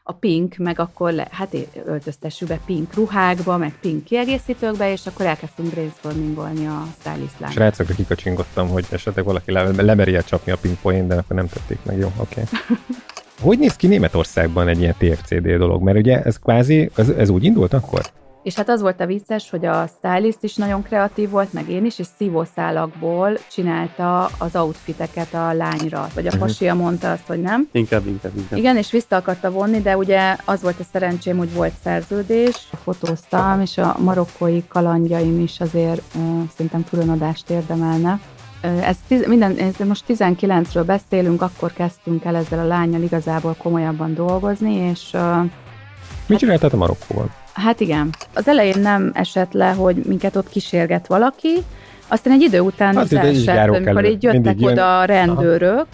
a pink, meg akkor öltöztessük be pink ruhákba, meg pink kiegészítőkbe, és akkor elkezdtünk brainstormingolni a stylist lányt. Srácokra kikacsingottam, hogy esetleg valaki lemeri csapni a pink poén, de akkor nem tették meg. Jó, oké. Hogy néz ki Németországban egy ilyen TFCD dolog? Mert ugye ez kvázi, ez úgy indult akkor? És hát az volt a vicces, hogy a stylist is nagyon kreatív volt, meg én is, és szívószálakból csinálta az outfiteket a lányra. Vagy a pasia mondta azt, hogy nem. Inkább. Igen, és vissza akarta vonni, de ugye az volt a szerencsém, hogy volt szerződés. Fotóztam, és a marokkói kalandjaim is azért szerintem különadást érdemelne. Most 19-ről beszélünk, akkor kezdtünk el ezzel a lánnyal igazából komolyabban dolgozni, és... Mit csináltad a Marokkóban? Hát igen. Az elején nem esett le, hogy minket ott kísérget valaki, aztán egy idő után leesett, amikor így jöttek oda a rendőrök. Aha.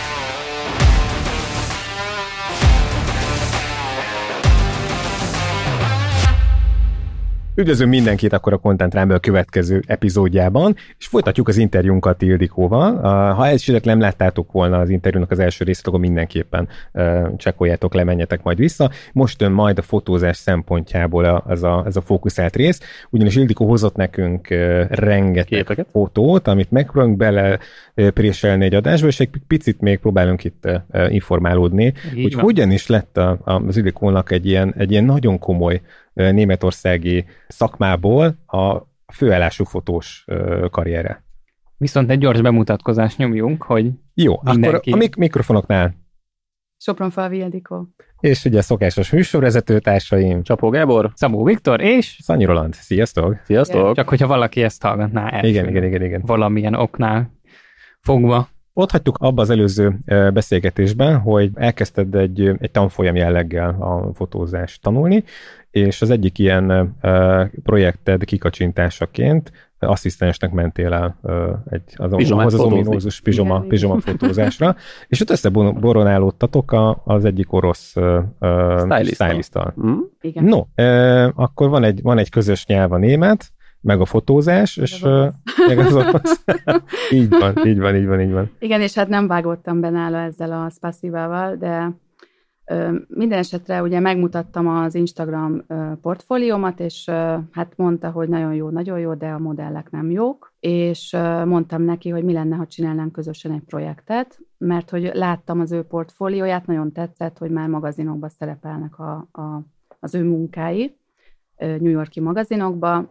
Üdvözlöm mindenkit akkor a Content Rumble következő epizódjában, és folytatjuk az interjúnkat Ildikóval. Ha esetleg nem láttátok volna az interjúnak az első részét, akkor mindenképpen csekkoljátok le, menjetek majd vissza. Most jön majd a fotózás szempontjából ez a fókuszált rész, ugyanis Ildikó hozott nekünk rengeteg képeket, fotót, amit megpróbálunk bele préselni egy adásba, és egy picit még próbálunk itt informálódni, hogy hogyan is lett az Ildikónak egy ilyen nagyon komoly németországi szakmából a főállású fotós karrierre. Viszont egy gyors bemutatkozást nyomjunk, hogy jó, mindenki... akkor a mikrofonoknál Sopronfalvi Ildikó. És ugye szokásos műsorvezető társaim Csapó Gábor, Szabó Viktor és Szanyi Roland. Sziasztok! Sziasztok! Csak hogyha valaki ezt hallgatná el. Igen. Valamilyen oknál fogva. Ott hagytuk abba az előző beszélgetésben, hogy elkezdted egy tanfolyam jelleggel a fotózást tanulni, és az egyik ilyen projekted kikacsintásáként asszisztensnek mentél el az ominózus pizsoma fotózásra, és ott összeboronálódtatok az egyik orosz stylisttal. Igen. No, akkor van egy közös nyelv a német, meg a fotózás, és meg az orosz. Így van. Igen, és hát nem vágottam be nála ezzel a Spasivával, de minden esetre ugye megmutattam az Instagram portfóliómat, és hát mondta, hogy nagyon jó, de a modellek nem jók, és mondtam neki, hogy mi lenne, ha csinálnánk közösen egy projektet, mert hogy láttam az ő portfólióját, nagyon tetszett, hogy már magazinokban szerepelnek az ő munkái, New York-i magazinokba,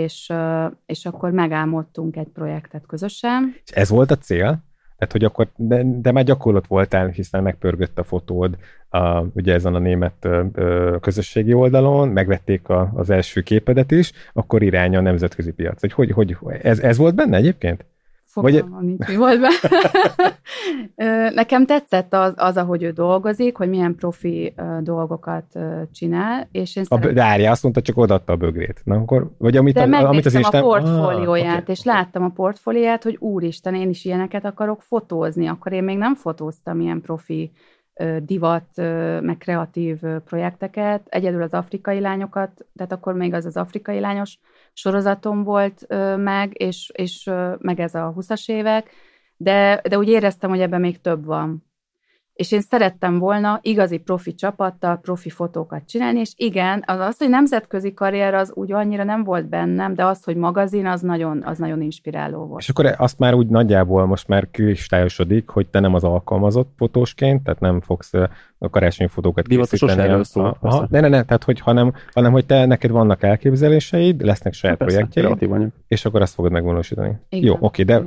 és akkor megálmodtunk egy projektet közösen. És ez volt a cél? Tehát, hogy akkor, de már gyakorlott voltál, hiszen megpörgött a fotód ugye ezen a német közösségi oldalon, megvették az első képedet is, akkor irány a nemzetközi piac. Hogy ez volt benne egyébként? Fogalmam nincs, mi volt benne. Nekem tetszett az, ahogy ő dolgozik, hogy milyen profi dolgokat csinál, és én Várja, azt mondta, csak odaadta a bögrét. Na, akkor, vagy amit az Isten... a portfólióját, és láttam a portfólióját, hogy úristen, én is ilyeneket akarok fotózni. Akkor én még nem fotóztam ilyen profi divat, meg kreatív projekteket, egyedül az afrikai lányokat, tehát akkor még az afrikai lányos sorozatom volt meg, és meg ez a 20-as évek, de úgy éreztem, hogy ebben még több van. És én szerettem volna igazi profi csapattal, profi fotókat csinálni, és igen, az, hogy nemzetközi karrier az úgy annyira nem volt bennem, de az, hogy magazin, az nagyon inspiráló volt. És akkor azt már úgy nagyjából most már kristályosodik, hogy te nem az alkalmazott fotósként, tehát nem fogsz a karácsonyi fotókat készíteni. Erről szól. Ne, tehát hanem hogy te neked vannak elképzeléseid, lesznek saját projektjeid, és akkor azt fogod megvalósítani. Igen, jó, oké, de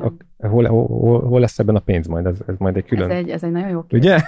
hol lesz ebben a pénz majd? Ez majd egy külön... Ez egy nagyon jó kérdés. Ugye?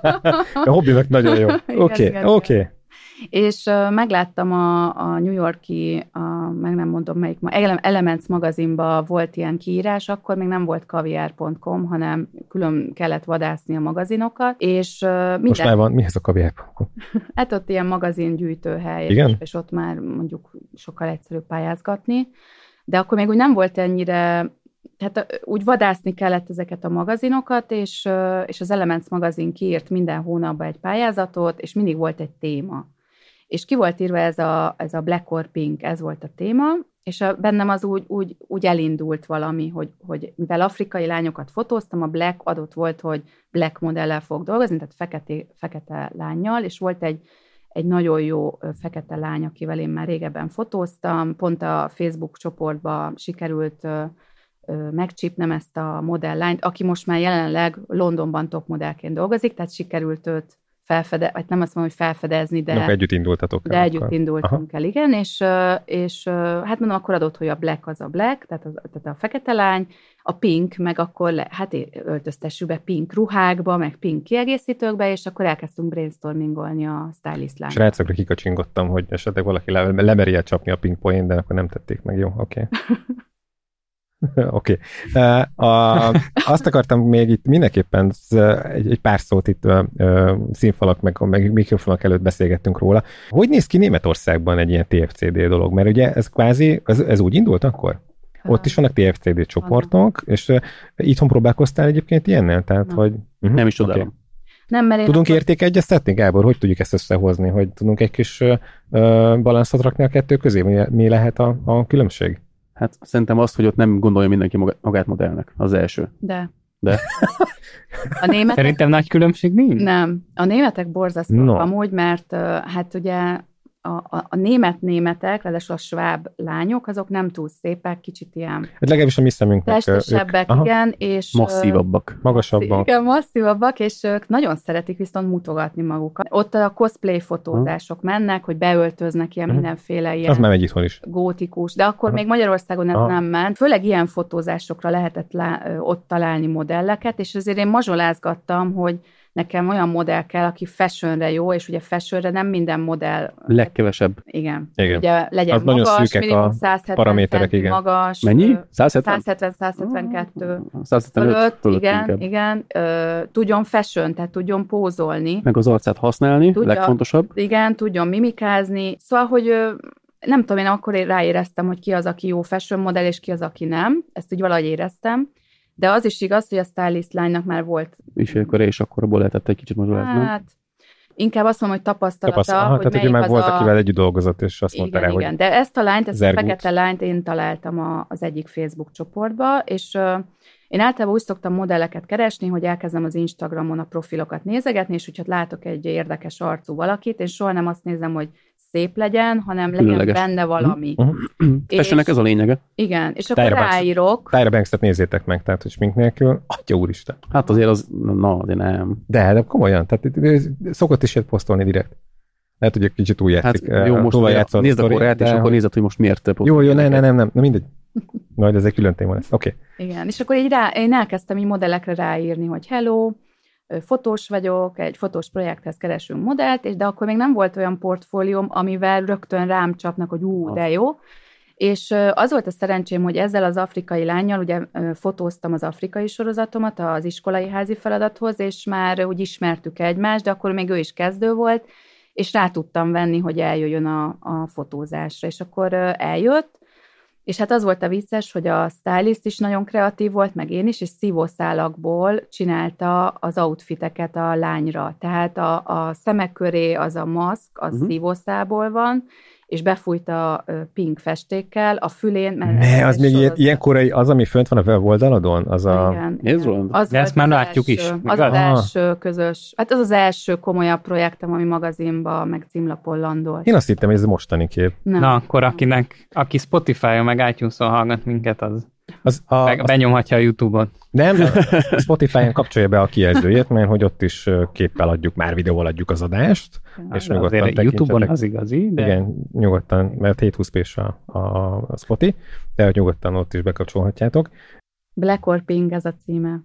A hobbinak nagyon jó. Oké. És megláttam a New York-i, meg nem mondom melyik, Elements magazinban volt ilyen kiírás, akkor még nem volt kaviár.com, hanem külön kellett vadászni a magazinokat, és most már van, mi ez a kaviár.com? Hát ott ilyen magazingyűjtőhely, és ott már mondjuk sokkal egyszerűbb pályázgatni, de akkor még úgy nem volt ennyire... Tehát úgy vadászni kellett ezeket a magazinokat, és az Elements magazin kiírt minden hónapban egy pályázatot, és mindig volt egy téma. És ki volt írva ez a Black or Pink, ez volt a téma, És bennem az úgy elindult valami, hogy mivel afrikai lányokat fotóztam, a Black adott volt, hogy Black modellel fog dolgozni, tehát fekete lánnyal, és volt egy nagyon jó fekete lány, akivel én már régebben fotóztam, pont a Facebook csoportba sikerült megcsípnem ezt a modelllányt, aki most már jelenleg Londonban top modellként dolgozik, tehát sikerült őt vagy nem azt mondom, hogy felfedezni, de együtt indultatok el. De együtt indultunk el, igen, és hát mondom, akkor adott, hogy a Black az a Black, tehát a fekete lány, a Pink, meg akkor öltöztessük be pink ruhákba, meg pink kiegészítőkbe, és akkor elkezdtünk brainstormingolni a stylist lányt. Srácokra kikacsingottam, hogy esetleg valaki lemeri csapni a pink poén, de akkor nem tették meg, jó, oké. Oké. Azt akartam még itt mindenképpen egy pár szót itt színfalak meg mikrofonok előtt beszélgettünk róla. Hogy néz ki Németországban egy ilyen TFCD dolog? Mert ugye ez kvázi, ez úgy indult akkor? Ott is vannak TFCD csoportok, és itthon próbálkoztál egyébként ilyennel? Tehát, hogy... Nem is csodálom. Okay. Nem, mert tudunk értékegyeztetni, Gábor? Hogy tudjuk ezt összehozni? Hogy tudunk egy kis balanszot rakni a kettő közé? Mi lehet a különbség? Hát szerintem azt, hogy ott nem gondolja mindenki magát modellnek, az első. De? A németek... Szerintem nagy különbség nincs? Nem. A németek borzasztóak amúgy, mert hát ugye a németek, ráadásul a sváb lányok, azok nem túl szépek, kicsit ilyen... Hát legalábbis a mi szemünknek. Testesebbek, igen, és... Masszívabbak. Magasabbak. Igen, masszívabbak, és ők nagyon szeretik viszont mutogatni magukat. Ott a cosplay fotózások mennek, hogy beöltöznek ilyen mindenféle ilyen... Az már megy itthon is. Gótikus, de akkor még Magyarországon ez nem ment. Főleg ilyen fotózásokra lehetett ott találni modelleket, és azért én mazsolázgattam, hogy nekem olyan modell kell, aki fashionre jó, és ugye fashionre nem minden modell... Legkevesebb. Igen. Ugye legyen az magas, minimum 170 paraméterek, igen. magas. Mennyi? 170-172. 175 fölött, igen. Tudjon fashion, tehát tudjon pózolni. Meg az arcát használni, legfontosabb. Igen, tudjon mimikázni. Szóval, hogy... nem tudom, én akkor ráéreztem, hogy ki az, aki jó fashion modell, és ki az, aki nem. Ezt úgy valahogy éreztem. De az is igaz, hogy a stylist lánynak már volt... És akkor abból lehetett egy kicsit mazsolázni. Hát, inkább azt mondom, hogy tapasztalata, hogy tehát, hogy már volt, akivel együtt dolgozott, és azt mondta rá, hogy... De ezt a lányt, ezt a fekete lányt én találtam az egyik Facebook csoportba, és én általában úgy szoktam modelleket keresni, hogy elkezdem az Instagramon a profilokat nézegetni, és úgyhogy látok egy érdekes arcú valakit, én soha nem azt nézem, hogy szép legyen, hanem legyen benne valami. Fashionnek ez a lényege. Igen, és akkor ráírok. Tyra Banks-et nézzétek meg, tehát hogy smink nélkül, atya úristen. Hát azért azért nem. De komolyan, tehát szokott is ilyet posztolni direkt. Lehet, hogy egy kicsit új játszik. Hát jó, most nézd a korát, és akkor nézed, hogy most miért posztolni. Jó, nem, mindegy. Majd ez egy külön téma lesz. Oké. Igen, és akkor én elkezdtem így modellekre ráírni, hogy hello, fotós vagyok, egy fotós projekthez keresünk modellt, de akkor még nem volt olyan portfólióm, amivel rögtön rám csapnak, hogy de jó. És az volt a szerencsém, hogy ezzel az afrikai lánnyal, ugye fotóztam az afrikai sorozatomat az iskolai házi feladathoz, és már úgy ismertük egymást, de akkor még ő is kezdő volt, és rá tudtam venni, hogy eljöjjön a fotózásra, és akkor eljött, és hát az volt a vicces, hogy a stylist is nagyon kreatív volt, meg én is, és szívószálakból csinálta az outfiteket a lányra. Tehát a szemek köré az a maszk, az szívószálból van, és befújta pink festékkel, a fülén... Az még ilyen korai, az, ami fönt van a weboldalodon? Az a... Igen. De ezt már látjuk is. Az első közös, hát az első komolyabb projektem, ami magazinba, meg címlapon landolt. Én azt hittem, hogy ez mostani kép. Na, akkor aki Spotify-on meg iTunes-on hallgat minket, az benyomhatja a YouTube-on. Nem, a Spotify-on kapcsolja be a kijelzőjét, mert hogy ott is képpel adjuk, már videóval adjuk az adást. És nyugodtan YouTube-on az igazi, de... Igen, nyugodtan, mert 720p-s a Spotify, de nyugodtan ott is bekapcsolhatjátok. Black or Pink ez a címe.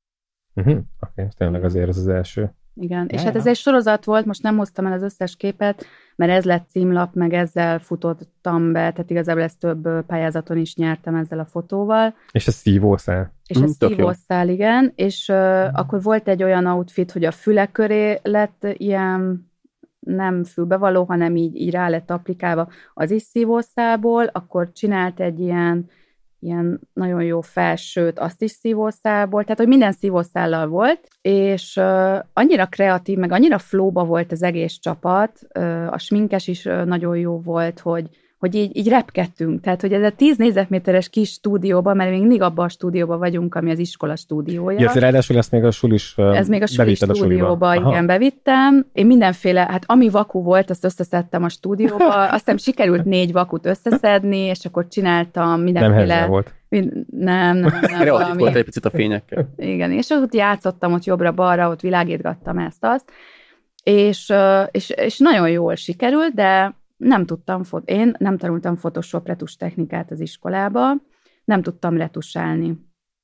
Oké, tényleg azért ez az első. Igen, és hát ez egy sorozat volt, most nem hoztam el az összes képet, mert ez lett címlap, meg ezzel futottam be, tehát igazából ezt több pályázaton is nyertem ezzel a fotóval. És a szívószál. És a szívószál, igen, és akkor volt egy olyan outfit, hogy a füle köré lett ilyen, nem fülbevaló, hanem így rá lett applikálva az is szívószálból, akkor csinált egy ilyen nagyon jó felsőt, azt is szívószálból, tehát hogy minden szívószállal volt, és annyira kreatív, meg annyira flowba volt az egész csapat, a sminkes is nagyon jó volt, hogy hogy így repkedtünk. Tehát, hogy ez a 10 négyzetméteres kis stúdióban, mert még mindig abban a stúdióban vagyunk, ami az iskola stúdiója. Ja, ráadásul ezt még a sulis ez még a sulis stúdióba, igen, bevittem. Én mindenféle, hát ami vaku volt, azt összeszedtem a stúdióba. Aztán sikerült 4 vakut összeszedni, és akkor csináltam mindenféle... Nem volt. Nem. Relatív volt egy picit a fényekkel. Igen, és ott játszottam ott jobbra-balra, ott világítgattam ezt-azt. És nagyon jól sikerült, de én nem tanultam Photoshop retus technikát az iskolába, nem tudtam retusálni.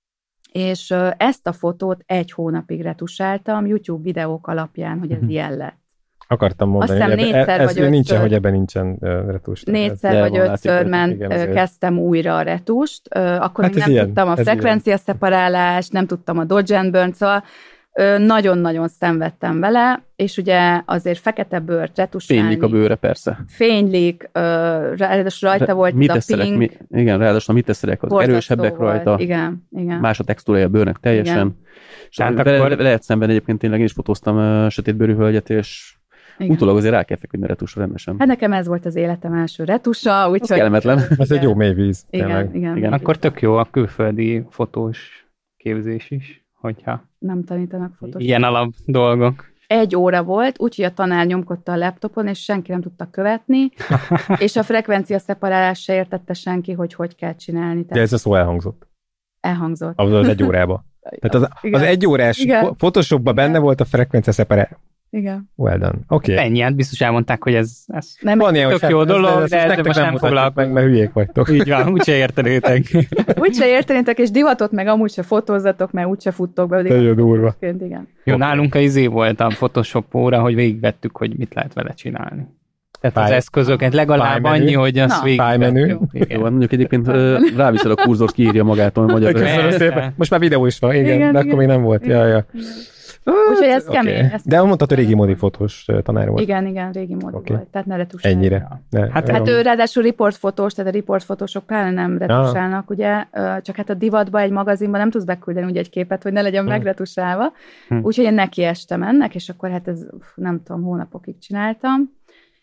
És ezt a fotót 1 hónapig retusáltam YouTube videók alapján, hogy ez ilyen lett. Akartam mondani, hogy nincsen, hogy ebben nincsen retus. 4-szer vagy 5-ször kezdtem újra a retust, akkor hát még nem tudtam a frekvenciaszeparálást, nem tudtam a dodge and burn, szóval nagyon-nagyon szenvedtem vele, és ugye azért fekete bőrt retusálni. Fénylik a bőre, persze. Fénylik, ráadásul rajta volt ez a pink. Igen, ráadásul a mitesszerek az erősebbek volt rajta. Igen. Más a textúrája a bőrnek teljesen. Igen. És akkor... lehet szemben egyébként tényleg én is fotóztam sötétbőrű hölgyet, és utólag azért rá kell feküdni a retusra rendesen. Hát nekem ez volt az életem első retusa, úgyhogy... kellemetlen. Ez egy jó mély víz. Igen. Akkor tök jó a külföldi fotós képzés is, hogyha... Nem tanítanak fotósok. Ilyen alap dolgok. 1 óra volt, úgyhogy a tanár nyomkodta a laptopon, és senki nem tudta követni, és a frekvenciaszeparálás se értette senki, hogy kell csinálni. De ez a szó elhangzott. Elhangzott. Az 1 órába. Tehát az 1 órás Photoshopban benne volt a frekvenciaszeparálás. Igen. Well done. Oké. Ennyi, hát biztos elmondták, hogy ez nem van ilyen, tök jó dolog, de ezzel most nem foglalkozunk meg, mert hülyék vagytok. Így van, úgyse értenétek. Úgyse értenétek, és divatot meg amúgy se fotózzatok, mert úgyse futtok be. Nagyon durva. Igen. Jó, nálunk volt a Photoshop óra, hogy végigvettük, hogy mit lehet vele csinálni. Tehát az eszközöket legalább annyi, hogy az végigvettük. Jó, mondjuk egyébként ráviszel a kurzort, kiírja magától magyar. Köszönöm szépen. Most már videó is van, igen, de akkor még nem volt. Ja. Úgyhogy ez kemény. De mondtad, hogy régi módi fotós tanár volt. Igen, régi módi volt. Tehát ne retusálja. Ennyire. Hát ő ráadásul riportfotós, tehát a riportfotósok pláne nem retusálnak, ugye, csak hát a divatba, egy magazinba nem tudsz beküldeni ugye egy képet, hogy ne legyen megretusálva. Úgyhogy én nekiestem ennek, és akkor hát ez nem tudom, hónapokig csináltam.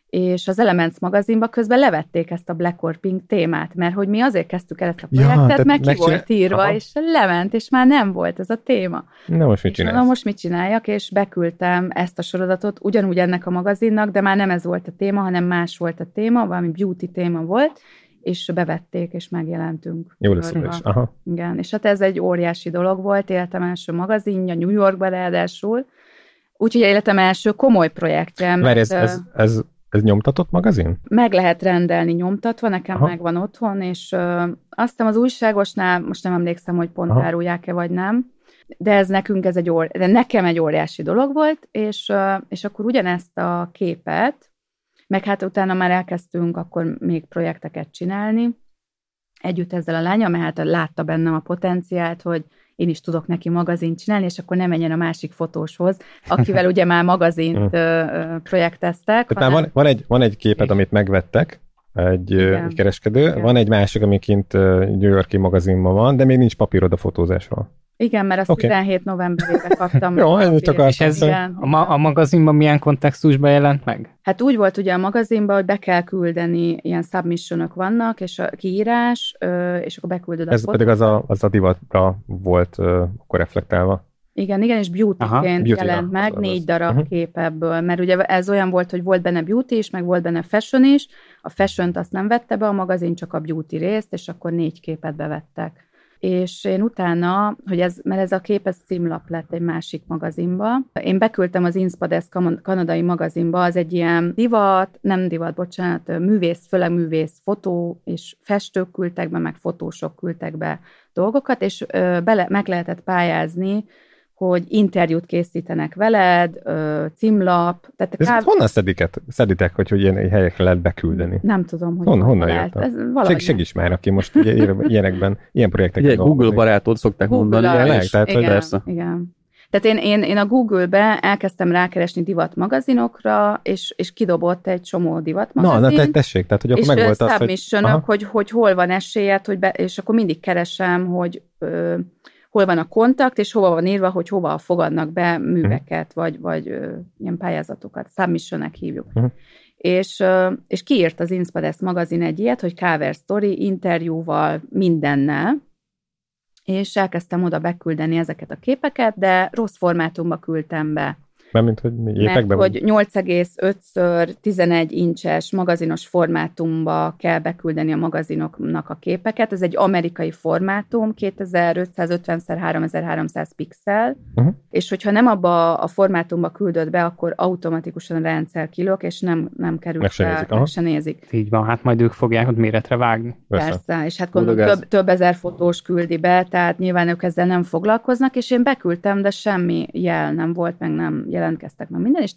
És az Elements magazinba közben levették ezt a Black or Pink témát, mert hogy mi azért kezdtük el ezt a projektet, mert ki volt írva, és lement, és már nem volt ez a téma. Na most mit csinálsz? Na most mit csináljak, és beküldtem ezt a sorozatot ugyanúgy ennek a magazinnak, de már nem ez volt a téma, hanem más volt a téma, valami beauty téma volt, és bevették, és megjelentünk. Jó lesz is. Aha. Igen, és hát ez egy óriási dolog volt, életem első magazinja, New Yorkban ráadásul, úgyhogy életem első komoly projektje. Várj, ez nyomtatott magazin? Meg lehet rendelni nyomtatva, nekem megvan otthon, és azt hiszem az újságosnál, most nem emlékszem, hogy pont árulják-e vagy nem, de ez nekünk de nekem egy óriási dolog volt, és akkor ugyanezt a képet, meg hát utána már elkezdtünk akkor még projekteket csinálni, együtt ezzel a lányal, mert hát látta bennem a potenciált, hogy én is tudok neki magazint csinálni, és akkor nem menjen a másik fotóshoz, akivel ugye már magazint projekteztek. Tehát van egy képed, amit megvettek, egy kereskedő, van egy másik, ami kint New York-i magazinban van, de még nincs papírod a fotózásról. Igen, mert azt 17 novemberében kaptam. Jó, ennyit akartam. És ez a magazinban milyen kontextusban jelent meg? Hát úgy volt ugye a magazinban, hogy be kell küldeni, ilyen submissionok vannak, és a kiírás, és akkor beküldöd a fotót. Ez pedig az a divatra volt akkor reflektálva. Igen, és beauty-ként jelent meg 4 darab kép ebből, mert ugye ez olyan volt, hogy volt benne beauty is, meg volt benne fashion is, a fashion-t azt nem vette be a magazin, csak a beauty részt, és akkor 4 képet bevettek. És én utána, mert ez a kép, ez címlap lett egy másik magazinba, én beküldtem az Inspades kanadai magazinba, az egy ilyen főleg művész fotó, és festők küldtek be, meg fotósok küldtek be dolgokat, és meg lehetett pályázni, hogy interjút készítenek veled, címlap. Tehát honnan szeditek, hogy ilyen helyekre lehet beküldeni? Nem tudom, hogy honnan jött. Segíts már, aki most ugye ilyen projekteket Google barátod szokták mondani. Igen. Tehát én a Google-be elkezdtem rákeresni divatmagazinokra, és kidobott egy csomó divatmagazin. Na, tessék, tehát hogy akkor megvolt az, hogy hol van esélyed, és akkor mindig keresem, hogy hol van a kontakt, és hova van írva, hogy hova fogadnak be műveket, vagy ilyen pályázatokat. Submissionnek hívjuk. És kiírt az Inspades magazin egy ilyet, hogy cover story, interjúval, mindennel, és elkezdtem oda beküldeni ezeket a képeket, de rossz formátumba küldtem be. Mármint, hogy mert hogy 8,5x11 incses magazinos formátumba kell beküldeni a magazinoknak a képeket. Ez egy amerikai formátum, 2550x3300 pixel, és hogyha nem abba a formátumba küldöd be, akkor automatikusan a rendszer kilök, és nem kerül meg se nézik. Így van, hát majd ők fogják ott méretre vágni. Persze, és hát gondolom több ezer fotós küldi be, tehát nyilván ők ezzel nem foglalkoznak, és én beküldtem, de semmi jel nem volt, meg nem jelentkeztek meg minden, és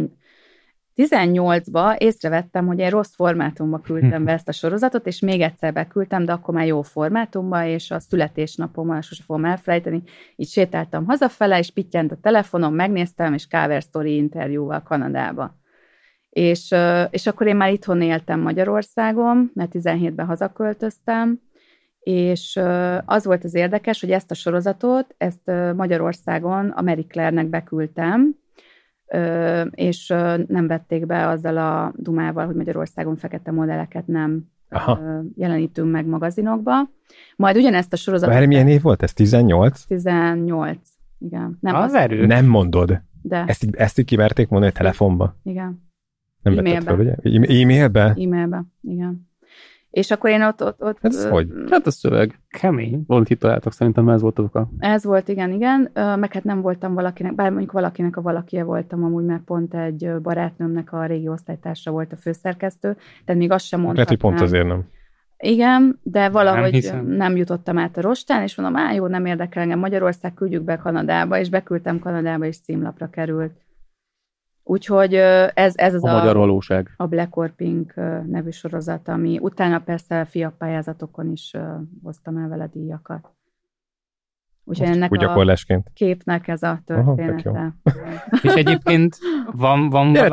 18-ba észrevettem, hogy én rossz formátumba küldtem be ezt a sorozatot, és még egyszer beküldtem, de akkor már jó formátumba, és a születésnapommal sose fogom elfelejteni. Így sétáltam hazafele, és pittyent a telefonom, megnéztem, és cover story interjúval Kanadába. És akkor én már itthon éltem Magyarországon, mert 17-ben hazaköltöztem, és az volt az érdekes, hogy ezt a sorozatot, ezt Magyarországon a Marie Claire-nek beküldtem, és nem vették be azzal a dumával, hogy Magyarországon fekete modelleket nem jelenítünk meg magazinokba. Majd ugyanezt a sorozatot... Várj, milyen év volt ez? 18? 18, igen. Nem az erő. Nem mondod. De. Ezt így kiverték mondani a telefonba? Igen. Nem vetted fel, ugye? E-mailbe? E-mailbe, igen. És akkor én ott... Ez hogy? Hát a szöveg. Kemény. Valamit itt találtak, szerintem ez volt oka. Ez volt, igen. Meg hát nem voltam valakinek, bár mondjuk valakinek a valakije voltam amúgy, mert pont egy barátnőmnek a régi osztálytársa volt a főszerkesztő, tehát még azt sem mondhatnám. Pont azért nem. Igen, de valahogy nem jutottam át a rostán, és mondom, jó, nem érdekel engem Magyarország, küldjük be Kanadába, és beküldtem Kanadába, és címlapra került. Úgyhogy ez az a magyar valóság. A Black or Pink nevű sorozat, ami utána persze fiapályázatokon is hoztam el vele díjakat. Úgyhogy ennek a képnek ez a története. És egyébként van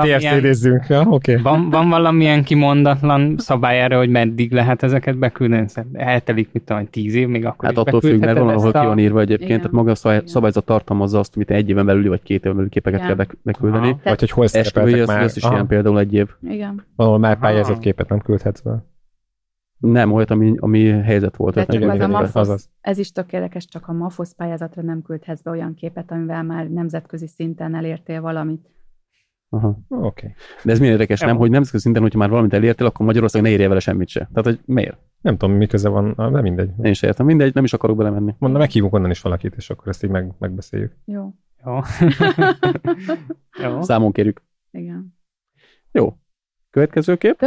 valamilyen kimondatlan szabály erre, hogy meddig lehet ezeket beküldeni? Eltelik, mit tudom, 10 év, még akkor hát attól függ, mert van, ahol ki van írva egyébként, tehát maga a szabályzat tartalmazza azt, amit 1 éven belüli, vagy 2 éven belül képeket kell beküldeni. Vagy hogy hol szerepeltek már. Ez is ilyen például 1 év. Igen. Valahol már pályázott képet nem küldhetsz be. Nem, olyat, ami helyzet volt. Ez is tök érdekes, csak a MAFOS pályázatra nem küldhetsz be olyan képet, amivel már nemzetközi szinten elértél valamit. Aha. Okay. De ez milyen érdekes, nem, hogy nemzetközi szinten, hogyha már valamit elértél, akkor Magyarország ne érje vele semmit se. Tehát, hogy miért? Nem tudom, mi köze van, de mindegy. Én sem értem, mindegy, nem is akarok belemenni. Mondom, meghívunk onnan is valakit, és akkor ezt így megbeszéljük. Jó. Számon kérjük. Igen. Jó. Következő kép?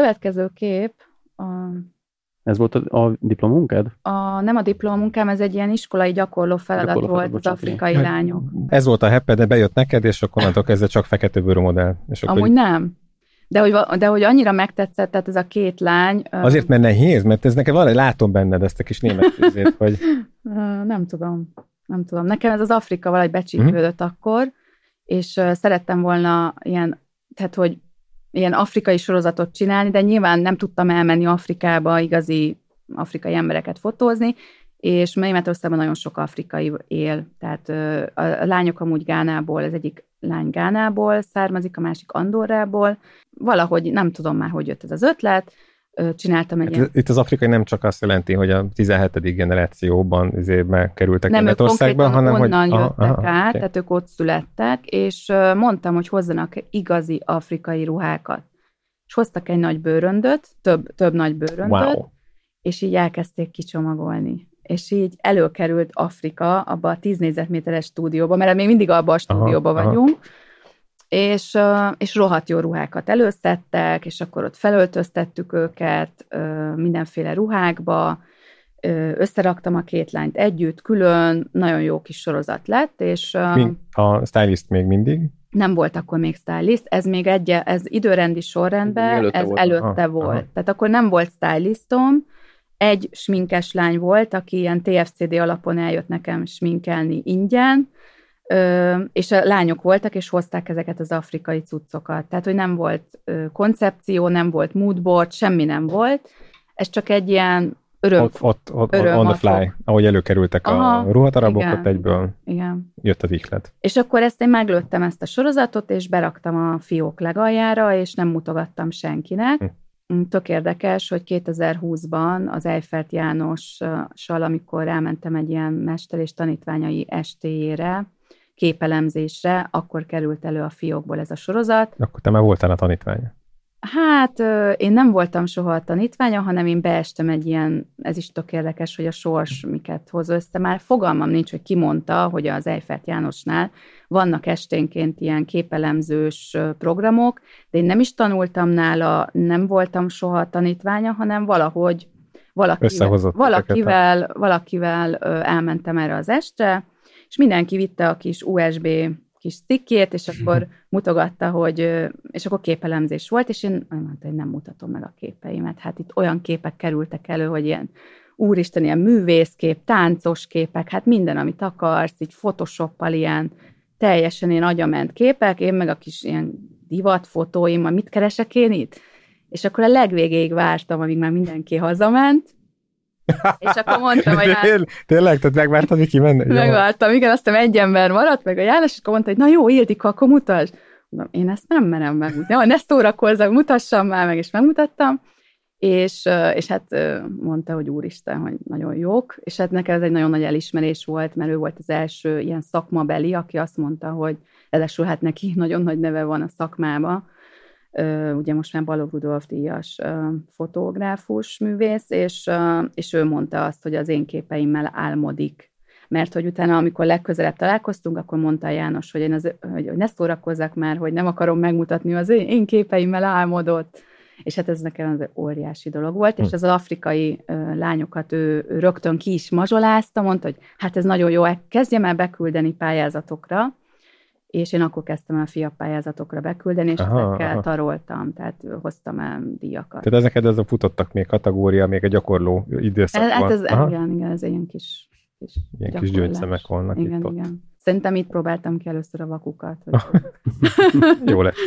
Ez volt a diplomunkád? Nem a diplomunkám, ez egy ilyen iskolai gyakorló feladat volt az afrikai lányok. Ez volt a heppe, de bejött neked, és akkor onnantól kezdve csak fekete bőrű modell. Amúgy nem. De hogy annyira megtetszett, tehát ez a 2 lány... Azért, mert nehéz, mert ez nekem valahogy látom benned ezt a kis német tűzét, hogy... Nem tudom. Nekem ez az Afrika valahogy becsípődött akkor, és szerettem volna ilyen afrikai sorozatot csinálni, de nyilván nem tudtam elmenni Afrikába igazi afrikai embereket fotózni, és Németországban nagyon sok afrikai él. Tehát a lányok amúgy Gánából, az egyik lány Gánából származik, a másik Andorrából. Valahogy nem tudom már, hogy jött ez az ötlet. Csináltam egy ilyen... Itt az afrikai nem csak azt jelenti, hogy a 17. generációban kerültek Németországba, hanem hogy... onnan jöttek át, tehát ők ott születtek, és mondtam, hogy hozzanak igazi afrikai ruhákat. És hoztak egy nagy bőröndöt, több nagy bőröndöt, és így elkezdték kicsomagolni. És így előkerült Afrika abba a 10 négyzetméteres stúdióba, mert még mindig abban a stúdióban vagyunk, és rohadt jó ruhákat előszedtek, és akkor ott felöltöztettük őket mindenféle ruhákba, összeraktam a 2 lányt együtt, külön, nagyon jó kis sorozat lett, és... A stylist még mindig? Nem volt akkor még stylist, ez még ez időrendi sorrendben, ez előtte volt. Tehát akkor nem volt stylistom, egy sminkes lány volt, aki ilyen TFCD alapon eljött nekem sminkelni ingyen, és a lányok voltak, és hozták ezeket az afrikai cuccokat. Tehát, hogy nem volt koncepció, nem volt moodboard, semmi nem volt. Ez csak egy ilyen Ott on the fly, ahogy előkerültek a ruhadarabok, ott egyből jött az ihlet. És akkor én meglőttem ezt a sorozatot, és beraktam a fiók legaljára, és nem mutogattam senkinek. Tök érdekes, hogy 2020-ban az Eiffelt Jánossal, amikor elmentem egy ilyen mester és tanítványai estéjére, képelemzésre, akkor került elő a fiókból ez a sorozat. Akkor te már voltál a tanítványa? Hát én nem voltam soha a tanítványa, hanem én beestem egy ilyen, ez is tök érdekes, hogy a sors miket hoz össze. Már fogalmam nincs, hogy ki mondta, hogy az Eiffelt Jánosnál vannak esténként ilyen képelemzős programok, de én nem is tanultam nála, nem voltam soha a tanítványa, hanem valahogy valakivel elmentem erre az estre, és mindenki vitte a kis USB kis cikkét, és akkor mutogatta, hogy, és akkor képelemzés volt, és én mondtam, hogy nem mutatom meg a képeimet. Hát itt olyan képek kerültek elő, hogy ilyen, úristen, ilyen művészkép, táncos képek, hát minden, amit akarsz, így Photoshoppal ilyen teljesen ilyen agyament képek, én meg a kis ilyen divatfotóim, mit keresek én itt? És akkor a legvégéig vártam, amíg már mindenki hazament, és akkor mondtam, hogy tényleg? Tehát megvártad, hogy kimenni? Megvártam, igen, aztán egy ember maradt, meg a János, és akkor mondta, hogy na jó, Ildikó, akkor mutasd. Mondom, én ezt nem merem megmutatni. Ne szórakozzak, mutassam már meg, és megmutattam. És hát mondta, hogy úristen, hogy nagyon jók, és hát nekem ez egy nagyon nagy elismerés volt, mert ő volt az első ilyen szakmabeli, aki azt mondta, hogy ráadásul hát neki nagyon nagy neve van a szakmába, ugye most már Balogh Rudolf díjas fotográfus művész, és ő mondta azt, hogy az én képeimmel álmodik. Mert hogy utána, amikor legközelebb találkoztunk, akkor mondta János, hogy ne szórakozzak már, hogy nem akarom megmutatni, az én képeimmel álmodott. És hát ez nekem az óriási dolog volt, és az afrikai lányokat ő rögtön ki is mazsolázta, mondta, hogy hát ez nagyon jó, kezdjem el beküldeni pályázatokra, és én akkor kezdtem el fiapályázatokra beküldeni, és ezekkel taroltam, tehát hoztam el díjakat. Tehát ezeket futottak még kategória, még a gyakorló időszakban. Hát ez igen, ez ilyen kis gyöngyszemek vannak itt. Igen. Szerintem itt próbáltam ki először a vakukat. Jó lett.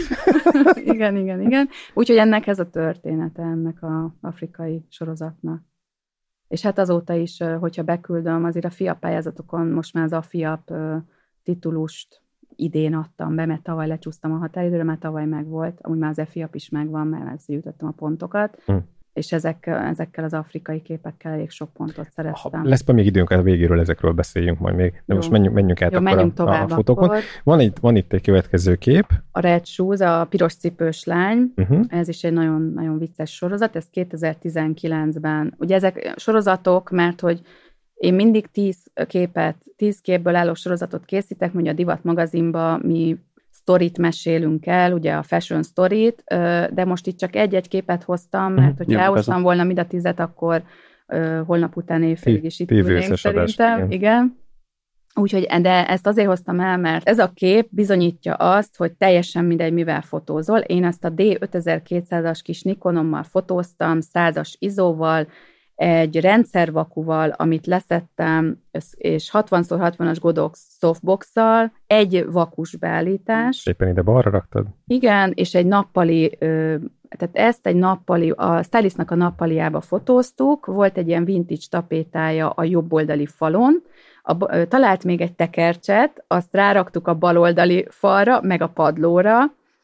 igen. Úgyhogy ennek ez a története, ennek az afrikai sorozatnak. És hát azóta is, hogyha beküldöm, azért a fiapályázatokon most már az AFIAP titulust idén adtam be, mert tavaly lecsúsztam a határidőre, már tavaly megvolt, amúgy már az FIAP is megvan, mert összegyűjtöttem a pontokat, és ezekkel az afrikai képekkel elég sok pontot szereztem. Lesz még időnk, a végéről ezekről beszéljünk majd még, de most menjünk át a fotókon. Van itt egy következő kép. A Red Shoes, a piros cipős lány, ez is egy nagyon, nagyon vicces sorozat, ez 2019-ben, ugye ezek sorozatok, mert hogy én mindig 10 képből álló sorozatot készítek, mondja a Divat magazinban mi sztorit mesélünk el, ugye a fashion sztorit, de most itt csak egy-egy képet hoztam, mert hogyha elhoztam volna mind a 10-et, akkor holnap után évfélig is itt ülnénk szerintem. Igen. Úgyhogy, de ezt azért hoztam el, mert ez a kép bizonyítja azt, hogy teljesen mindegy, mivel fotózol. Én ezt a D5200-as kis Nikonommal fotóztam, 100-as izóval, egy rendszervakuval, amit leszettem, és 60x60-as Godox softbox-szal, egy vakus beállítás. Éppen ide balra raktad? Igen, és egy nappali, tehát ezt egy nappali, a stylistnak a nappaliába fotóztuk, volt egy ilyen vintage tapétája a jobboldali falon, talált még egy tekercset, azt ráraktuk a baloldali falra, meg a padlóra,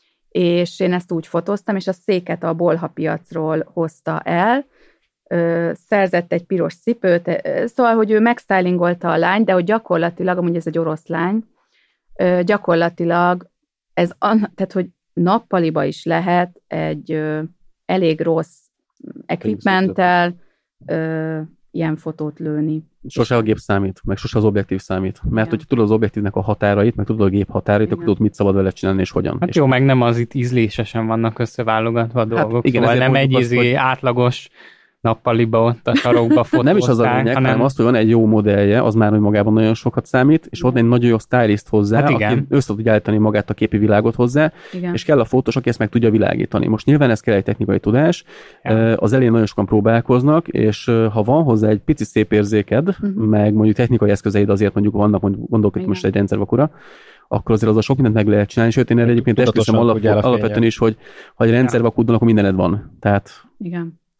és én ezt úgy fotóztam, és a széket a Bolha piacról hozta el, szerzett egy piros cipőt, szóval, hogy ő megstylingolta a lányt, de hogy gyakorlatilag, amúgy ez egy orosz lány, gyakorlatilag ez, tehát, hogy nappaliba is lehet egy elég rossz equipmenttel ilyen fotót lőni. Sose a gép számít, meg sose az objektív számít. Mert hogyha tudod az objektívnek a határait, meg tudod a gép határait, akkor tudod, mit szabad vele csinálni, és hogyan. Hát és jó, meg nem az itt ízlésesen vannak összeválogatva a dolgok. Igen, szóval nem egy átlagos nappaliba ott a sarokba fotózták. Nem is az a lényeg, hanem azt, hogy van egy jó modellje, az már magában nagyon sokat számít, és ott egy nagyon jó stylist hozzá, hát aki össze tudja állítani magát a képi világot hozzá, és kell a fotós, aki ezt meg tudja világítani. Most nyilván ez kell egy technikai tudás, az elején nagyon sokan próbálkoznak, és ha van hozzá egy pici szép érzéked, meg mondjuk technikai eszközeid, azért mondjuk vannak, gondolok itt most egy rendszervakura, akkor azért az a sok mindent meg lehet csinálni, sőt én erre egyébként esküszöm alapvetően is, hogy ha egy rendszervakúdon, akkor mindened van. Tehát igen.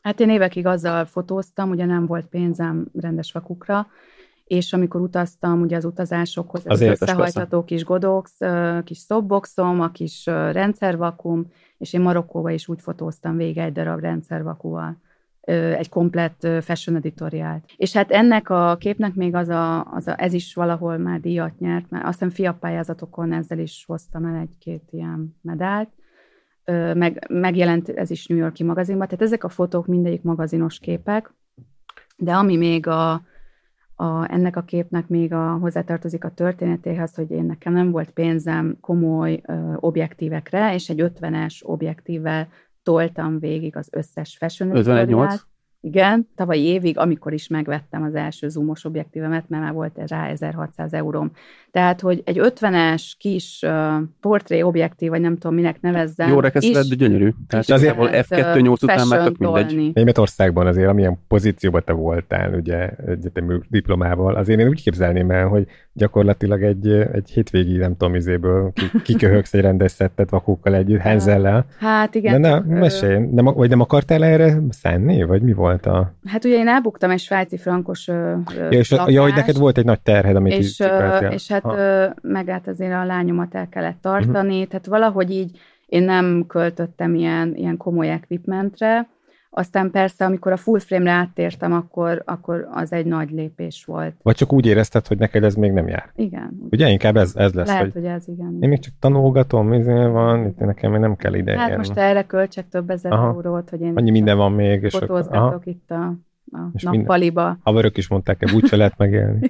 Hát én évekig azzal fotóztam, ugye nem volt pénzem rendes vakukra, és amikor utaztam, ugye az utazásokhoz, az összehajtható kis Godox, kis softboxom, a kis rendszervakum, és én Marokkóba is úgy fotóztam végig egy darab rendszervakúval, egy komplett fashion editoriált. És hát ennek a képnek még ez is valahol már díjat nyert, mert azt hiszem fiapályázatokon ezzel is hoztam el egy-két ilyen medált, megjelent ez is New York-i magazinban, tehát ezek a fotók mindegyik magazinos képek, de ami még ennek a képnek még hozzátartozik a történetéhez, hogy nekem nem volt pénzem komoly objektívekre, és egy 50-es objektívvel toltam végig az összes fashion editoriált. 51-8? Igen, tavalyi évig, amikor is megvettem az első zoomos objektívemet, mert már volt rá 1600 euróm. Tehát, hogy egy 50-es kis portré objektív, vagy nem tudom, minek nevezzem. Jó rekeszlet, de gyönyörű. Tehát azért F2-8 után már tök mindegy. Németországban azért, amilyen pozícióban te voltál, ugye, egyetemű diplomával, azért én úgy képzelném el, hogy gyakorlatilag egy hétvégi, nem tudom, izéből kiköhögsz egy rendes szettet vakókkal együtt, Henzellel. Hát igen. De mesélj, vagy nem akartál erre szánni, vagy mi volt Hát ugye én elbuktam egy svájci frankos hogy neked volt egy nagy terhed, amit és hát meg hát azért a lányomat el kellett tartani, tehát valahogy így én nem költöttem ilyen komoly equipmentre, aztán persze, amikor a full frame-re áttértem, akkor az egy nagy lépés volt. Vagy csak úgy érezted, hogy neked ez még nem jár? Igen. Ugye inkább ez lesz. Lehet, hogy ez igen. Én még csak tanulgatom, van, itt nekem még nem kell ide. Hát most erre költsek több ezer eurót, hogy én annyi minden van még. Fotózgatok itt a nappaliba. Haverok is mondták, hogy úgy se lehet megélni.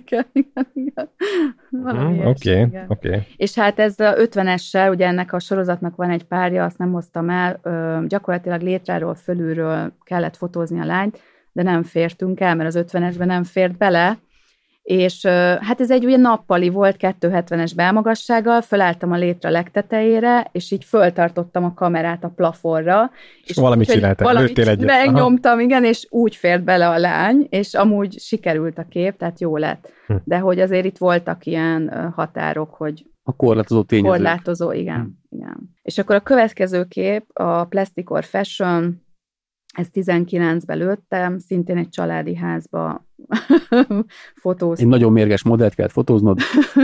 Igen. Oké. És hát ez a 50-essel, ugye ennek a sorozatnak van egy párja, azt nem hoztam el, gyakorlatilag létráról, fölülről kellett fotózni a lányt, de nem fértünk el, mert az 50-esben nem fért bele, és hát ez egy ugye nappali volt, 270-es belmagassággal, fölálltam a létre legtetejére, és így föltartottam a kamerát a plafonra. És valamit csináltál, lőttél egyet. Megnyomtam, igen, és úgy fért bele a lány, és amúgy sikerült a kép, tehát jó lett. De hogy azért itt voltak ilyen határok, hogy a korlátozó tényezők. Korlátozó, igen. És akkor a következő kép, a Plastic or Fashion, ezt 19-ben lőttem, szintén egy családi házba fotóztam. Egy nagyon mérges modellt kellett fotóznod.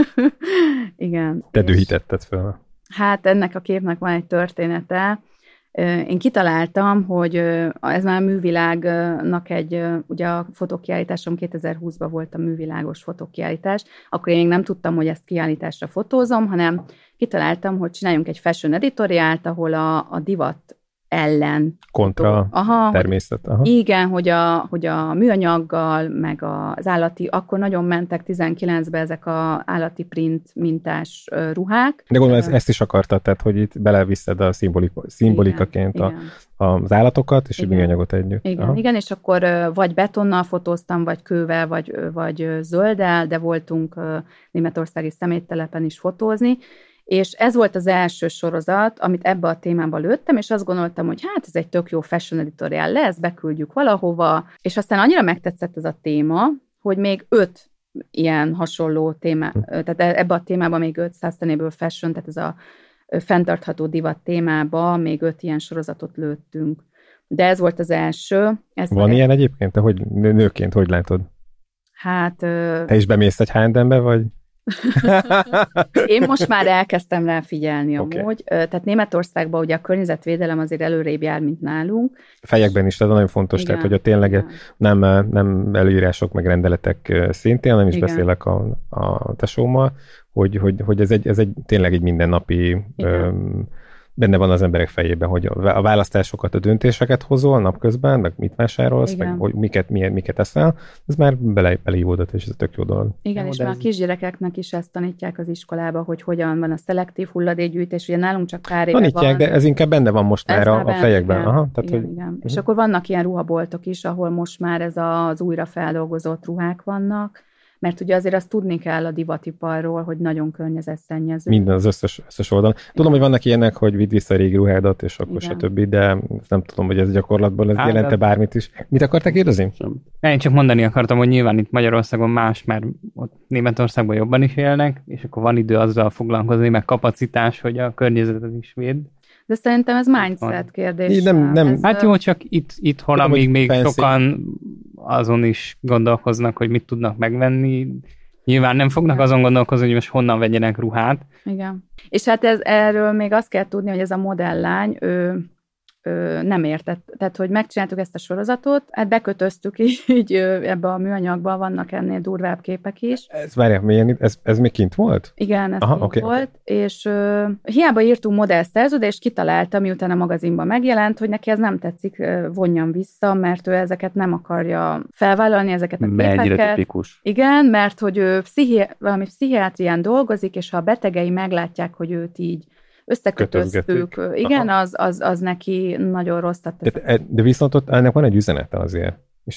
Igen. Te dühítetted fel. Hát ennek a képnek van egy története. Én kitaláltam, hogy ez már a művilágnak ugye a fotókiállításom 2020-ban volt a művilágos fotókiállítás, akkor én még nem tudtam, hogy ezt kiállításra fotózom, hanem kitaláltam, hogy csináljunk egy fashion editoriált, ahol a divat ellen. Kontra természet. Igen, hogy a műanyaggal, meg az állati, akkor nagyon mentek 19-ben ezek az állati print mintás ruhák. De gondolom, ezt is akartad, tehát, hogy itt beleviszed a szimbolikaként az állatokat, és a műanyagot együtt. Igen, és akkor vagy betonnal fotóztam, vagy kővel, vagy zölddel, de voltunk németországi szeméttelepen is fotózni, és ez volt az első sorozat, amit ebbe a témába lőttem, és azt gondoltam, hogy hát ez egy tök jó fashion editorial lesz, beküldjük valahova, és aztán annyira megtetszett ez a téma, hogy még 5 ilyen hasonló téma, tehát ebbe a témában még 5 sustainable fashion, tehát ez a fenntartható divat témába még 5 ilyen sorozatot lőttünk. De ez volt az első. Van ilyen egyébként? Te hogy nőként hogy látod? Hát... Te is bemész egy H&M-be, vagy... Én most már elkezdtem rá figyelni amúgy. Tehát Németországban ugye a környezetvédelem azért előrébb jár, mint nálunk. A fejekben is, tehát nagyon fontos, tehát hogy a tényleg nem előírások, meg rendeletek szintén, nem is beszélek a tesómmal, hogy ez egy tényleg egy mindennapi benne van az emberek fejében, hogy a választásokat, a döntéseket hozol napközben, meg mit vásárolsz, meg hogy miket eszel, ez már beleívódott, és ez tök jó dolog. Igen, és már a kisgyerekeknek is ezt tanítják az iskolába, hogy hogyan van a szelektív hulladékgyűjtés, ugye nálunk csak pár éve tanítják, de ez inkább benne van most már a fejekben. Aha, tehát, igen. És akkor vannak ilyen ruhaboltok is, ahol most már ez az újrafeldolgozott ruhák vannak, mert ugye azért azt tudni kell a divatiparról, hogy nagyon környezetszennyező. Minden az összes oldalon. Tudom, hogy vannak ilyenek, hogy vidd vissza a régi ruhádat, és akkor stb., de nem tudom, hogy ez gyakorlatban ez jelente bármit is. Mit akarták kérdezni? Én csak mondani akartam, hogy nyilván itt Magyarországon más, mert ott Németországban jobban is élnek, és akkor van idő azzal foglalkozni, meg kapacitás, hogy a környezetet is véd. De szerintem ez mindset kérdés. Nem. Hát jó, csak itthon, amíg még sokan azon is gondolkoznak, hogy mit tudnak megvenni, nyilván nem fognak azon gondolkozni, hogy most honnan vegyenek ruhát. Igen. És hát erről még azt kell tudni, hogy ez a modelllány, ő nem értett. Tehát, hogy megcsináltuk ezt a sorozatot, hát bekötöztük így ebbe a műanyagba, vannak ennél durvább képek is. Ez még kint volt? Igen, ez kint volt, és hiába írtunk modellszerződést, kitalálta, miután a magazinban megjelent, hogy neki ez nem tetszik, vonjam vissza, mert ő ezeket nem akarja felvállalni, ezeket a képeket. Mennyire tipikus. Igen, mert hogy ő valami pszichiátrián dolgozik, és ha a betegei meglátják, hogy őt így összekötöztük. Igen, az neki nagyon rossz. De viszont ott ennek van egy üzenete azért. És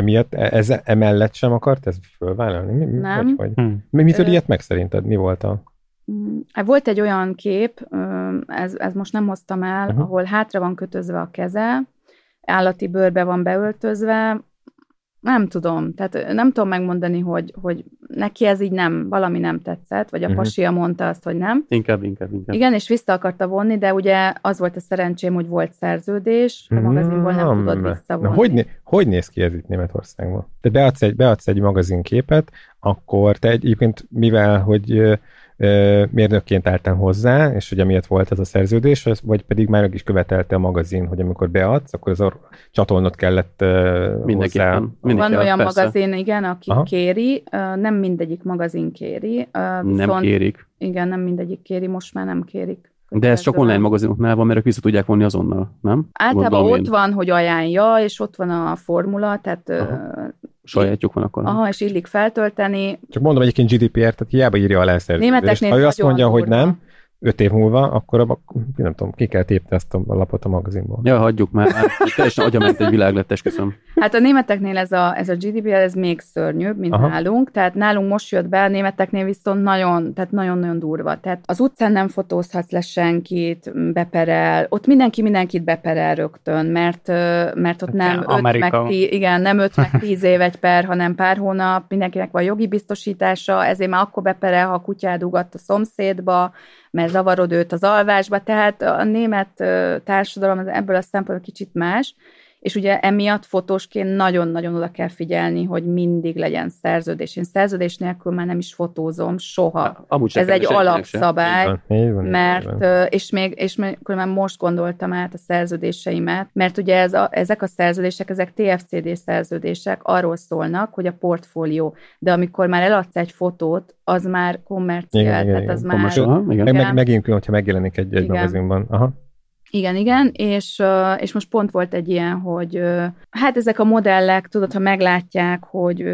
ez emellett sem akart ezt fölvállalni? Nem. Mitől ilyet meg szerinted? Mi volt a... Volt egy olyan kép, ez most nem hoztam el, ahol hátra van kötözve a keze, állati bőrbe van beöltözve, nem tudom, tehát nem tudom megmondani, hogy neki ez így valami nem tetszett, vagy a pasia mondta azt, hogy nem. Inkább. Igen, és vissza akarta vonni, de ugye az volt a szerencsém, hogy volt szerződés, a magazinból nem tudod visszavonni. Hogy néz ki ez itt Németországban? Te beadsz egy magazinképet, akkor te egyébként, mivel, hogy mérnökként álltál hozzá, és ugye miért volt ez a szerződés, vagy pedig már meg is követelte a magazin, hogy amikor beadsz, akkor az csatolnod kellett hozzá. Van olyan magazin, igen, aki kéri, nem mindegyik magazin kéri. Nem kérik. Igen, nem mindegyik kéri, most már nem kérik. De ez csak online magazinoknál van, mert ők vissza tudják vonni azonnal, nem? Általában ott van, hogy ajánlja, és ott van a formula, tehát... Sajátjuk van akkor. És illik feltölteni. Csak mondom egyébként GDPR, tehát hiába írja alá a szerződést. Ha ő azt mondja, hogy nem, 5 év múlva, akkor nem tudom, ki kell tépni ezt a lapot a magazinból. Ja, hagyjuk már. Teljesen agyament egy világ lett, esküszöm. Hát a németeknél ez a GDPR, ez még szörnyűbb, mint nálunk. Tehát nálunk most jött be, a németeknél viszont nagyon-nagyon durva. Tehát az utcán nem fotózhatsz le senkit, beperel. Ott mindenkit beperel rögtön, mert ott nem 5 meg 10 év egy per, hanem pár hónap, mindenkinek van jogi biztosítása, ezért már akkor beperel, ha a kutyád ugatt a szomszédba, mert zavarod őt az alvásba, tehát a német társadalom ebből a szempontból kicsit más, és ugye emiatt fotósként nagyon-nagyon oda kell figyelni, hogy mindig legyen szerződés. Én szerződés nélkül már nem is fotózom soha. Ez egy alapszabály, mert, és még már most gondoltam át a szerződéseimet, mert ugye ezek a szerződések, ezek TFCD szerződések arról szólnak, hogy a portfólió, de amikor már eladsz egy fotót, az már kommerciál, tehát az már... Megint, hogyha megjelenik egy magazinban. Igen, és most pont volt egy ilyen, hogy hát ezek a modellek, tudod, ha meglátják, hogy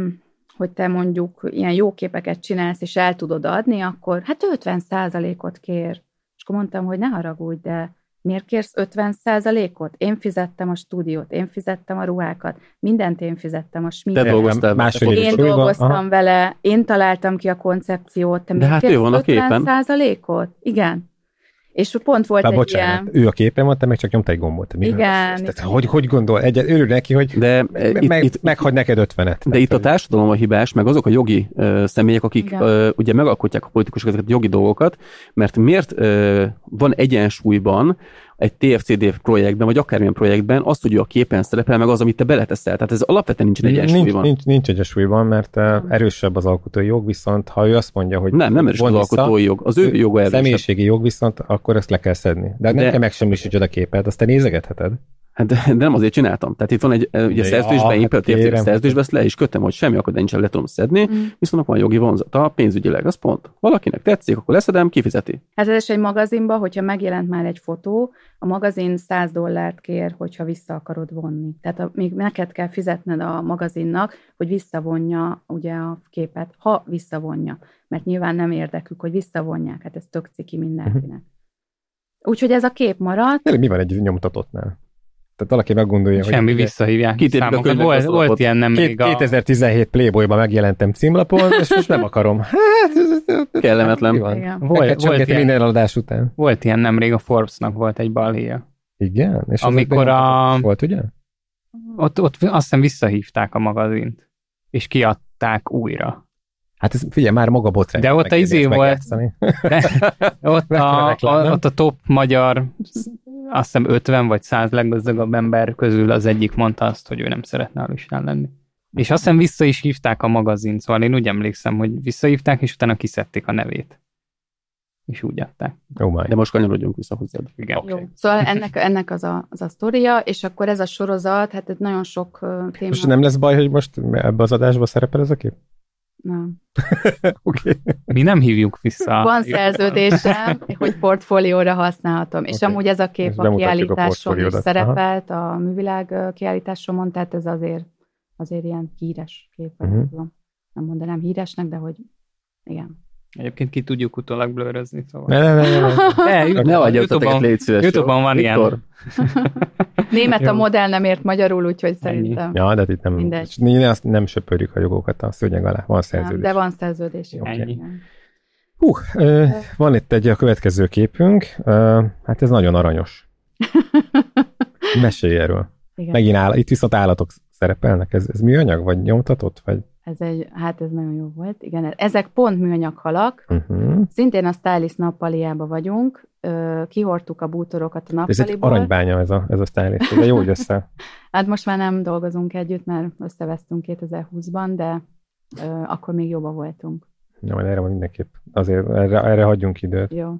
te mondjuk ilyen jó képeket csinálsz, és el tudod adni, akkor hát 50%-ot kér. És akkor mondtam, hogy ne haragudj, de miért kérsz 50%-ot? Én fizettem a stúdiót, én fizettem a ruhákat, mindent én fizettem, a sminket. Én dolgoztam vele, én találtam ki a koncepciót, te miért kérsz 50%-ot? Igen. És pont volt egy ilyen... Ő a képen volt, te meg csak nyomta egy gombot. Igen. Hogy gondol? Örül neki, hogy meghagy neked 50-et. De itt a társadalom a hibás, meg azok a jogi személyek, akik ugye megalkotják a politikusok ezeket a jogi dolgokat, mert miért van egyensúlyban egy TFCD projektben, vagy akármilyen projektben azt, hogy a képen szerepel, meg az, amit te beleteszel. Tehát ez alapvetően nincsen egyensúlyban. Nincs egyensúlyban, mert erősebb az alkotói jog, viszont ha ő azt mondja, hogy nem erős az alkotói jog, az ő joga erősebb. Személyiségi jog viszont, akkor ezt le kell szedni. De nem kell megsemmisítsd a képet, azt te nézegetheted. Hát de nem azért csináltam. Tehát itt van egy ugye szerződésben, imperatív szerződésben, ezt le is kötöm, hogy semmi akadály nincsen, le tudom szedni, viszont van jogi vonzata, pénzügyileg, az pont. Valakinek tetszik, akkor leszedem, kifizeti. Hát ez egy magazinban, hogyha megjelent már egy fotó, a magazin $100 kér, hogyha vissza akarod vonni. Tehát még neked kell fizetned a magazinnak, hogy visszavonja ugye a képet, ha visszavonja. Mert nyilván nem érdekük, hogy visszavonják, hát ez tök ciki mindenkinek. Úgyhogy ez a kép maradt. Mi van egy nyomtatottnál? Tehát valaki meggondolja, hogy... Semmi visszahívják számokat. Volt ilyen nem még 2017 Playboyban megjelentem címlapon, és most nem akarom. Hát, kellemetlen. Volt minden eladás után. Volt ilyen nemrég, a Forbes-nak volt egy balhéja. Igen? És amikor volt, ugye? Ott azt hiszem visszahívták a magazint, és kiadták újra. Hát ez, figyelj, már maga botrány. De ott a izé volt, ott a top magyar, azt hiszem 50 vagy 100 leggazdagabb ember közül az egyik mondta azt, hogy ő nem szeretne a listán lenni. És azt hiszem vissza is hívták a magazint, szóval én úgy emlékszem, hogy visszahívták, és utána kiszedték a nevét. És úgy adták. Oh, de most kanyarodjunk vissza hozzá. Igen. Okay. Szóval ennek az a sztoria, és akkor ez a sorozat, hát nagyon sok téma. Most nem lesz baj, hogy most ebbe az adásba szerepel ez a kép? Nem. Okay. Mi nem hívjuk vissza. Van szerződésem, hogy portfólióra használhatom. És amúgy ez a kép a kiállításon is szerepelt, a művilág kiállításomon, tehát ez azért ilyen híres kép. Nem mondanám híresnek, de hogy igen. Egyébként ki tudjuk utólag blőrözni, szóval. Ne adjatok, légy szíves. YouTube-on van ilyen. Német a modell nem ért magyarul, úgyhogy szerintem. Ja, de itt nem söpörjük a jogokat a szőnyeg alá. Van szerződés. De van szerződés. Okay. Van itt a következő képünk. Hát ez nagyon aranyos. Mesélj erről. Igen. Megint itt viszont állatok szerepelnek. Ez műanyag, vagy nyomtatott? Vagy? Ez nagyon jó volt. Igen, ezek pont műanyag halak. Szintén a Stylist nappaliába vagyunk. Kihordtuk a bútorokat a nappaliból. Ez egy aranybánya ez a Stylist. De jó, hogy össze. Hát most már nem dolgozunk együtt, mert összevesztünk 2020-ban, de akkor még jobban voltunk. Na, majd erre van mindenképp. Azért erre hagyjunk időt. Jó.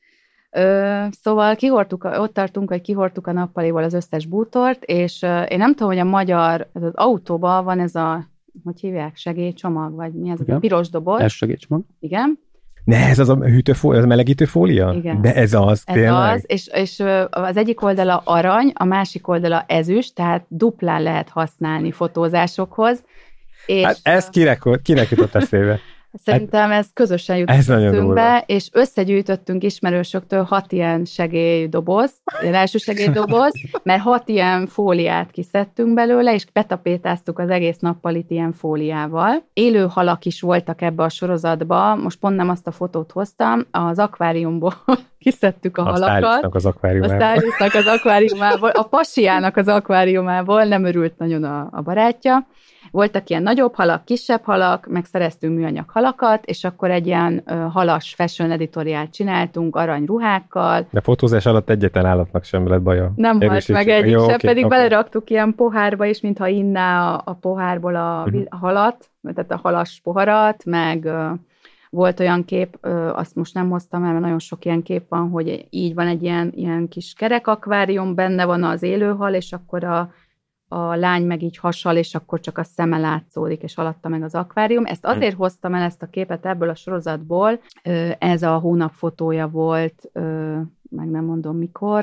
Szóval ott tartunk, hogy kihordtuk a nappaliból az összes bútort, és én nem tudom, hogy a magyar, az autóban van ez a, hogy hívják, segélycsomag, vagy mi ez, a piros doboz. Ez segélycsomag. Igen. Ne, ez az a hűtőfólia, ez a melegítőfólia? Igen. De ez az, tényleg? Ez az, és az egyik oldala arany, a másik oldala ezüst, tehát duplán lehet használni fotózásokhoz. És hát ez kinek jutott eszébe? Szerintem ez közösen jutott eszünkbe, és összegyűjtöttünk ismerősöktől 6 ilyen segélydoboz, ilyen első segélydoboz, mert 6 ilyen fóliát kiszedtünk belőle, és betapétáztuk az egész nappalit ilyen fóliával. Élő halak is voltak ebbe a sorozatba, most pont nem azt a fotót hoztam, az akváriumból kiszedtük a halakat. A Stylistnak az akváriumából. A pasiának az akváriumából, nem örült nagyon a barátja. Voltak ilyen nagyobb halak, kisebb halak, meg szereztünk műanyag halakat, és akkor egy ilyen halas fashion editoriát csináltunk aranyruhákkal. De fotózás alatt egyetlen állatnak sem lett baja. Nem halt meg egyik sem, pedig beleraktuk ilyen pohárba is, mintha inná a pohárból a halat, tehát a halas poharat, meg volt olyan kép, azt most nem hoztam el, mert nagyon sok ilyen kép van, hogy így van egy ilyen kis kerek akvárium, benne van az élőhal, és akkor a lány meg így hasal, és akkor csak a szeme látszódik, és alatta meg az akvárium. Ezt azért hoztam el, ezt a képet ebből a sorozatból. Ez a hónap fotója volt, meg nem mondom mikor,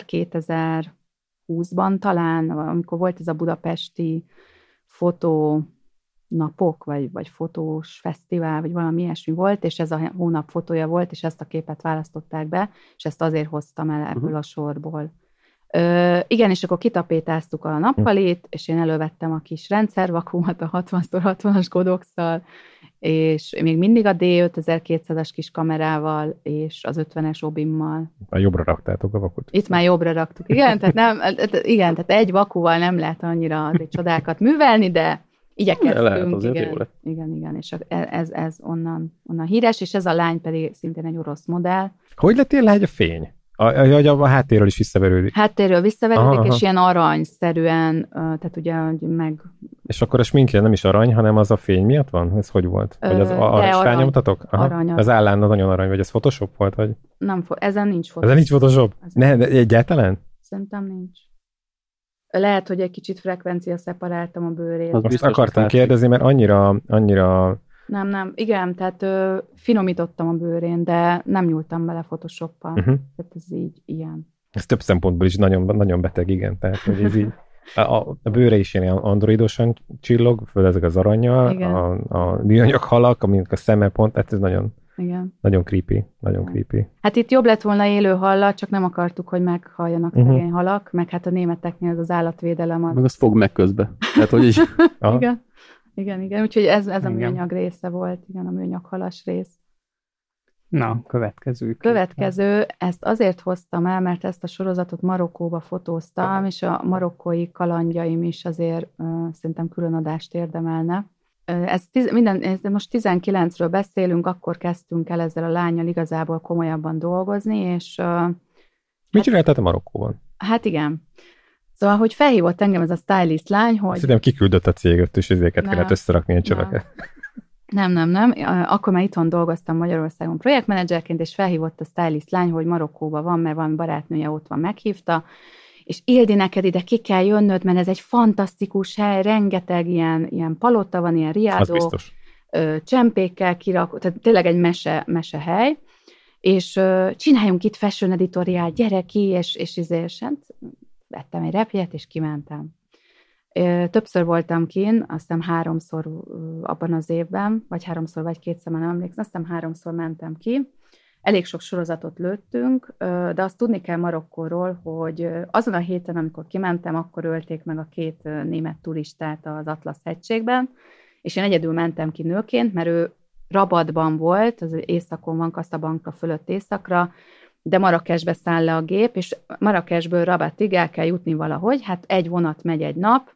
2020-ban talán, amikor volt ez a budapesti fotónapok, vagy fotós fesztivál, vagy valami ilyesmi volt, és ez a hónap fotója volt, és ezt a képet választották be, és ezt azért hoztam el ebből a sorból. Igen, és akkor kitapétáztuk a nappalit, és én elővettem a kis rendszervakumat a 60x60-as Godox-szal, és még mindig a D5200-as kis kamerával, és az 50-es Obimmal. A jobbra raktátok a vakut? Itt már jobbra raktuk. Igen, tehát egy vakuval nem lehet annyira azért csodákat művelni, de igyekeztünk. Igen, és ez onnan híres, és ez a lány pedig szintén egy orosz modell. Hogy lett ilyen lágy a fény? A háttérről is visszaverődik. Háttérről visszaverődik, és ilyen aranyszerűen, tehát ugye meg... És akkor a sminkje nem is arany, hanem az a fény miatt van? Ez hogy volt? Vagy az arany rányomtatok? Arany. Az állán nagyon arany, vagy ez Photoshop volt? Vagy? Nem, ezen nincs Photoshop. Ezen nincs Photoshop? Ne, de egyáltalán? Szerintem nincs. Lehet, hogy egy kicsit frekvencia szeparáltam a bőrét. Azt akartam kérdezni, mert annyira... Nem. Igen, tehát finomítottam a bőrén, de nem nyúltam bele Photoshoppal. Tehát ez így ilyen. Ez több szempontból is nagyon, nagyon beteg, igen. Tehát, hogy ez így, a bőre is ilyen androidosan csillog, föl ezek az arannyal, a műanyag halak, aminek a szeme pont, tehát ez nagyon, nagyon creepy. Nagyon creepy. Hát itt jobb lett volna élő hallal, csak nem akartuk, hogy meghalljanak szegény halak, meg hát a németeknél az állatvédelem az... Meg azt fog meg közbe. Tehát, hogy is... Igen, úgyhogy ez a műanyag része volt, igen, a műanyag halas rész. Na, következő, ezt azért hoztam el, mert ezt a sorozatot Marokkóba fotóztam, és a marokkói kalandjaim is azért szerintem különadást érdemelne. Ez most 19-ről beszélünk, akkor kezdtünk el ezzel a lánnyal igazából komolyabban dolgozni, és... Mit csináltál a Marokkóban? Hát igen. Szóval, hogy felhívott engem ez a stylist lány, hogy... Azt hiszem, kiküldött a céget, és ezeket kellett összerakni ilyen csöveket. Nem. Akkor már itthon dolgoztam Magyarországon projektmenedzserként, és felhívott a stylist lány, hogy Marokkóban van, mert van barátnője ott van, meghívta, és Ildi, neked ide ki kell jönnöd, mert ez egy fantasztikus hely, rengeteg ilyen palota van, ilyen riádó, csempékkel kirakott, tehát tényleg egy mesehely, és csináljunk itt fashion editoriál, gyere ki, és vettem egy repjegyet, és kimentem. Többször voltam kint, azt hiszem 3-szor abban az évben, vagy 3-szor, vagy 2-szer, nem emlékszem, azt hiszem 3-szor mentem ki. Elég sok sorozatot lőttünk, de azt tudni kell Marokkóról, hogy azon a héten, amikor kimentem, akkor ölték meg a 2 német turistát az Atlasz-hegységben, és én egyedül mentem ki nőként, mert ő Rabatban volt, az északon van, Casablanca fölött északra, de Marrakesbe száll le a gép, és Marrakesből Rabatig el kell jutni valahogy, hát egy vonat megy egy nap.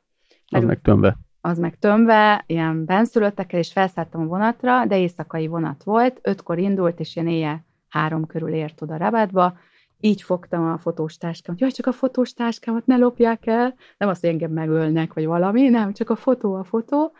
Az meg tömve, ilyen benszülöttekkel, és felszálltam a vonatra, de éjszakai vonat volt, 5-kor indult, és ilyen éjjel 3 körül ért oda Rabatba. Így fogtam a fotós táskámat. Jaj, csak a fotós táskámat ne lopják el. Nem azt, hogy engem megölnek, vagy valami, nem, csak a fotó.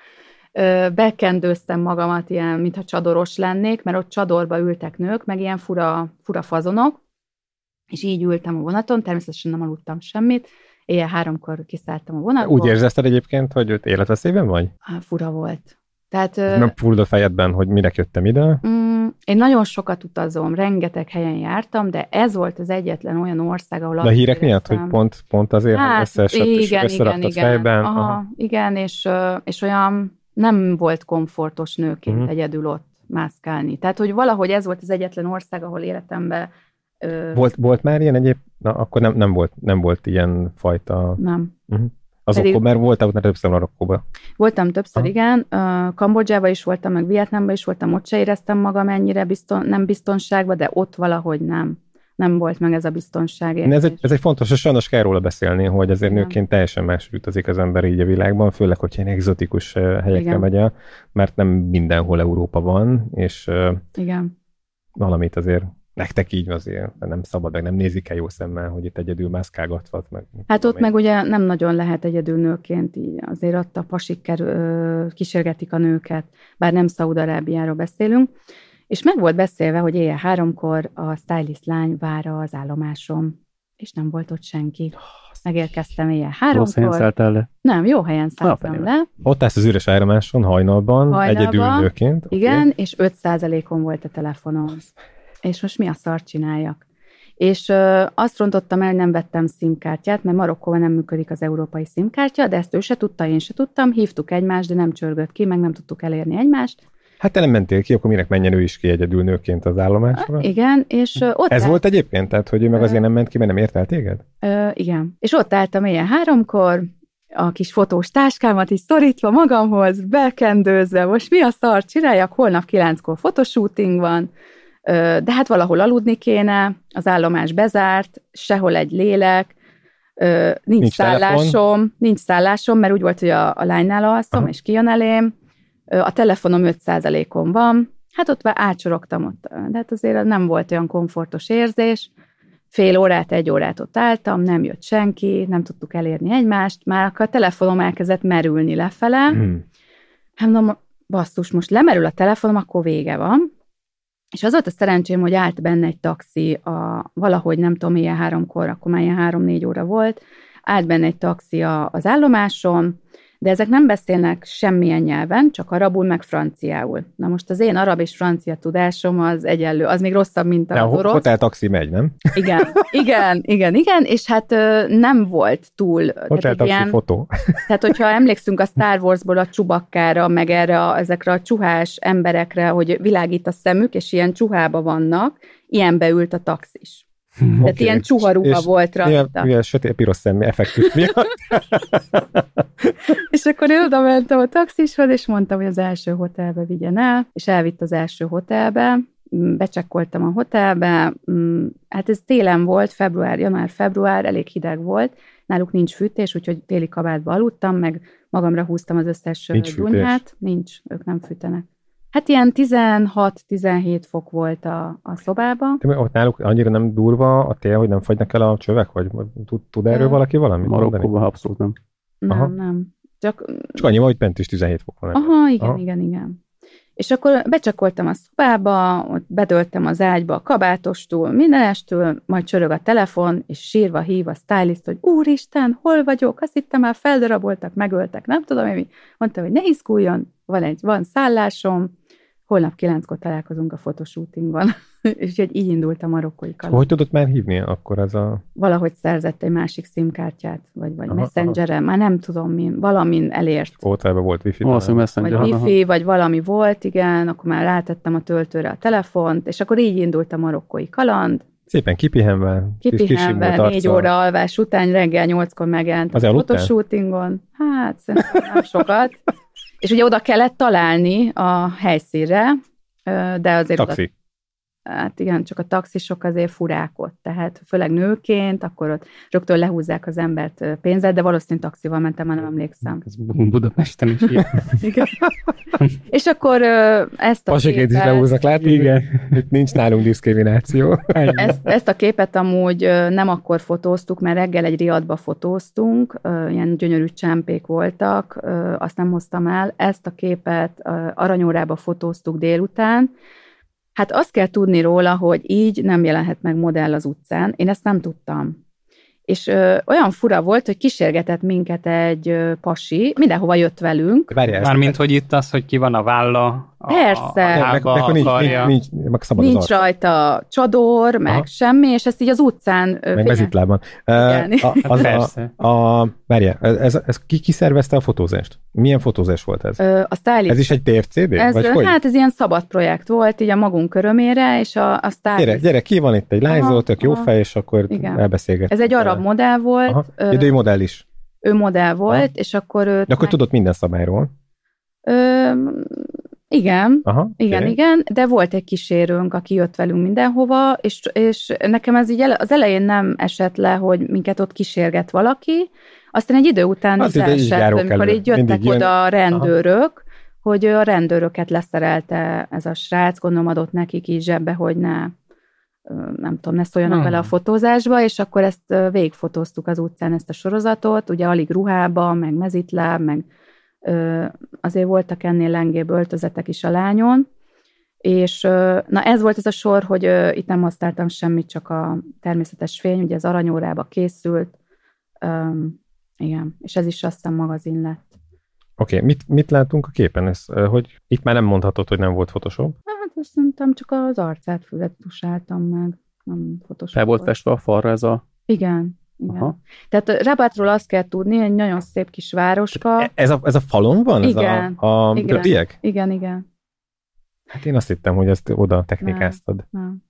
Bekendőztem magamat ilyen, mintha csadoros lennék, mert ott csadorba ültek nők, meg ilyen fura fazonok, és így ültem a vonaton, természetesen nem aludtam semmit, éjjel 3-kor kiszálltam a vonatból. Úgy érzezted egyébként, hogy őt életveszélyben vagy? Fura volt. Tehát, nem furd a fejedben, hogy minek jöttem ide? Én nagyon sokat utazom, rengeteg helyen jártam, de ez volt az egyetlen olyan ország, ahol... De a hírek miatt, hogy pont azért, hogy összeesett, és összeraktad fejben? Igen, és olyan nem volt komfortos nőként egyedül ott mászkálni. Tehát, hogy valahogy ez volt az egyetlen ország, ahol életemben... Volt már ilyen egyéb? Na, akkor nem volt ilyen fajta... Nem. Azok, mert voltál ott többször Marokkóban. Voltam többször, igen. Kambodzsában is voltam, meg Vietnámban is voltam, ott se éreztem magam ennyire nem biztonságban, de ott valahogy nem volt meg ez a biztonság. Ez egy fontos, és sajnos kell róla beszélni, hogy azért nőként teljesen máshogy utazik az ember így a világban, főleg, hogyha ilyen egzotikus helyekre megy el, mert nem mindenhol Európa van, és valamit azért nektek így azért nem szabad, meg nem nézik el jó szemmel, hogy itt egyedül mászkálgatvat. Hát ott meg ugye nem nagyon lehet egyedül nőként így, azért ott a pasik kísérgetik a nőket, bár nem Szaúd-Arábiáról beszélünk, és meg volt beszélve, hogy éjjel 3-kor a stylist lány vár az állomásom, és nem volt ott senki. Megérkeztem éjjel 3-kor. Rossz helyen szálltál le? Nem, jó helyen szálltam le. Ott állsz az üres állomáson, hajnalban, egyedül nőként. Igen, és 5%-on volt a telefonom. És most mi a szart csináljak? És azt rontottam el, hogy nem vettem SIM-kártyát, mert Marokkóban nem működik az európai SIM-kártya, de ezt ő se tudta, én se tudtam, hívtuk egymást, de nem csörgött ki, meg nem tudtuk elérni egymást. Hát te nem mentél ki, akkor minek menjen ő is ki egyedül nőként az állomásra? Igen, és ott ez volt egyébként? Tehát, hogy ő meg azért nem ment ki, mert nem ért el téged? Igen. És ott álltam éjjel 3-kor, a kis fotós táskámat is szorítva magamhoz, bekendőzve, most mi a szart csináljak, holnap 9-kor fotoshooting van, de hát valahol aludni kéne, az állomás bezárt, sehol egy lélek, nincs szállásom, mert úgy volt, hogy a lánynál alszom, és kijön elém, a telefonom 5%-on van, hát ott átsorogtam ott, de hát azért nem volt olyan komfortos érzés, fél órát, 1 órát ott álltam, nem jött senki, nem tudtuk elérni egymást, már a telefonom elkezdett merülni lefele, hát mondom, basszus, most lemerül a telefonom, akkor vége van. És az volt a szerencsém, hogy állt benne egy taxi, valahogy nem tudom, ilyen 3-kor, akkor már ilyen 3-4 óra volt, állt benne egy taxi az állomáson, de ezek nem beszélnek semmilyen nyelven, csak arabul, meg franciául. Na most az én arab és francia tudásom az egyenlő, az még rosszabb, mint az orosz. A hoteltaxi megy, nem? Igen, és hát nem volt túl... Hoteltaxi fotó. Tehát, hogyha emlékszünk a Star Warsból a Chewbacca-ra, meg ezekre a csuhás emberekre, hogy világít a szemük, és ilyen csuhába vannak, ilyenbe ült a taxis. Tehát ilyen csuharuha volt rajta. Ilyen sötét piros szemű effektus miatt. És akkor én oda mentem a taxishoz, és mondtam, hogy az első hotelbe vigyen el, és elvitt az első hotelbe, becsekkoltam a hotelbe, hát ez télen volt, január-február, elég hideg volt, náluk nincs fűtés, úgyhogy téli kabátba aludtam, meg magamra húztam az összes dunyhát. Nincs, ők nem fűtenek. Hát ilyen 16-17 fok volt a szobában. De ott náluk annyira nem durva a tél, hogy nem fagynak el a csövek? Vagy tud erről valaki valamit mondani? Marokkóban abszolút nem. Nem. Csak annyi van, hogy bent is 17 fok van. Igen. És akkor becsakoltam a szobába, ott bedöltem az ágyba a kabátostól, mindenestől, majd csörög a telefon, és sírva hív a stylist, hogy úristen, hol vagyok? Azt hittem már feldaraboltak, megöltek, nem tudom, mi. Mondtam, hogy ne izguljon, van szállásom, holnap 9-kor találkozunk a fotoshootingban. És így indult a marokkói kaland. Hogy tudott már hívni akkor ez a... Valahogy szerzett egy másik SIM-kártyát, vagy Messengeren, már nem tudom min, valamin elért. Hotelben volt wifi. Vagy wifi, vagy valami volt, igen, akkor már rátettem a töltőre a telefont, és akkor így indult a marokkói kaland. Szépen kipihenve 4 óra alvás után, reggel 8-kor megjelent a fotoshootingon. Hát, szerintem nem sokat. És ugye oda kellett találni a helyszínre, de azért... Taxi. Hát igen, csak a taxisok azért furák ott, tehát főleg nőként, akkor ott rögtön lehúzzák az embert pénzzel, de valószínűleg taxival mentem, már nem emlékszem. Ez Budapesten is ilyen. Igen. És akkor ezt a Pasiként is lehúznak, látod? Igen. Itt nincs nálunk diszkrimináció. Ezt a képet amúgy nem akkor fotóztuk, mert reggel egy riadba fotóztunk, ilyen gyönyörű csámpék voltak, azt nem hoztam el. Ezt a képet Aranyórába fotóztuk délután. Hát azt kell tudni róla, hogy így nem jelenhet meg modell az utcán. Én ezt nem tudtam. És olyan fura volt, hogy kísérgetett minket egy pasi, mindenhova jött velünk. Mármint, hogy itt az, hogy ki van a válla, Persze. Nincs rajta csador, meg semmi, és ezt így az utcán... Meg mezitlábban. Persze. Várjál, ez ki szervezte a fotózást? Milyen fotózás volt ez? A stylist. Ez is egy TFCD? Hát ez ilyen szabad projekt volt, így a magunk örömére, és a stylist... Gyere, ki van itt egy lányzó, tök jó fej, és akkor elbeszélgetünk. Ez egy arab modell volt. De ő modell is. Ő modell volt, és akkor őt... De akkor tudott minden szabályról. Igen, de volt egy kísérőnk, aki jött velünk mindenhova, és nekem ez így az elején nem esett le, hogy minket ott kísérget valaki, aztán egy idő után leesett, amikor így jöttek oda a rendőrök, hogy a rendőröket leszerelte ez a srác, gondolom adott nekik így zsebbe, hogy nem tudom, ne szóljanak bele a fotózásba, és akkor ezt végigfotóztuk az utcán, ezt a sorozatot, ugye alig ruhába, meg mezitláb, meg azért voltak ennél lengébb öltözetek is a lányon, és na ez volt ez a sor, hogy itt nem használtam semmit, csak a természetes fény, ugye az Aranyórába készült, igen, és ez is azt hiszem magazin lett. Oké, mit látunk a képen? Ez, hogy itt már nem mondhatod, hogy nem volt Photoshop? Hát azt mondtam, csak az arcát fület tusáltam meg, nem Photoshop. Fel volt festve a falra ez a... Igen. Tehát Rabatról azt kell tudni, egy nagyon szép kis városka. Ez a falon van? Igen. A dötiek? Igen. Hát én azt hittem, hogy ezt oda technikáztad. Nem.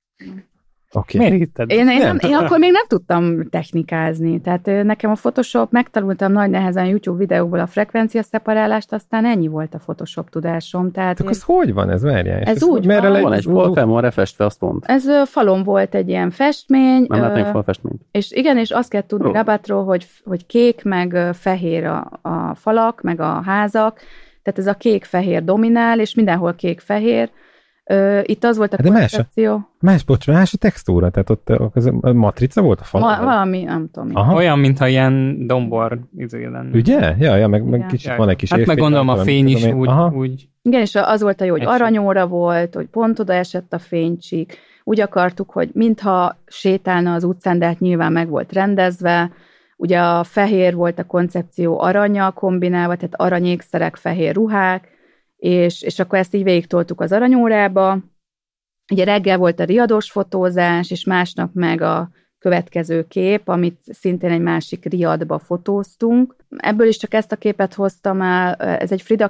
Okay. Miért hitted? Én akkor még nem tudtam technikázni. Tehát nekem a Photoshop, megtanultam nagy nehezen YouTube videóból a frekvencia szeparálást, aztán ennyi volt a Photoshop tudásom. Tehát ez hogy van? Ez várjál. Ez úgy van. Van egy fal, fel van refestve, azt mond. Ez falon volt egy ilyen festmény. Nem látnék falfestményt. És igen, és azt kell tudni Rabatról, hogy kék, meg fehér a falak, meg a házak. Tehát ez a kék-fehér dominál, és mindenhol kék-fehér. Itt az volt a koncepció. Más a textúra, tehát ott a matrica volt a fal. Valami, nem tudom. Olyan, mintha ilyen dombor lenne. Ugye? Ja, meg kicsit van egy kis hát meg gondolom a fény is úgy. Igen, és az volt a jó, hogy aranyóra volt, hogy pont oda esett a fénycsík. Úgy akartuk, hogy mintha sétálna az utcán, de hát nyilván meg volt rendezve. Ugye a fehér volt a koncepció aranyal kombinálva, tehát aranyékszerek, fehér ruhák, és akkor ezt így végigtoltuk az Aranyórába. Ugye reggel volt a riados fotózás, és másnap meg a következő kép, amit szintén egy másik riadba fotóztunk. Ebből is csak ezt a képet hoztam el, ez egy Frida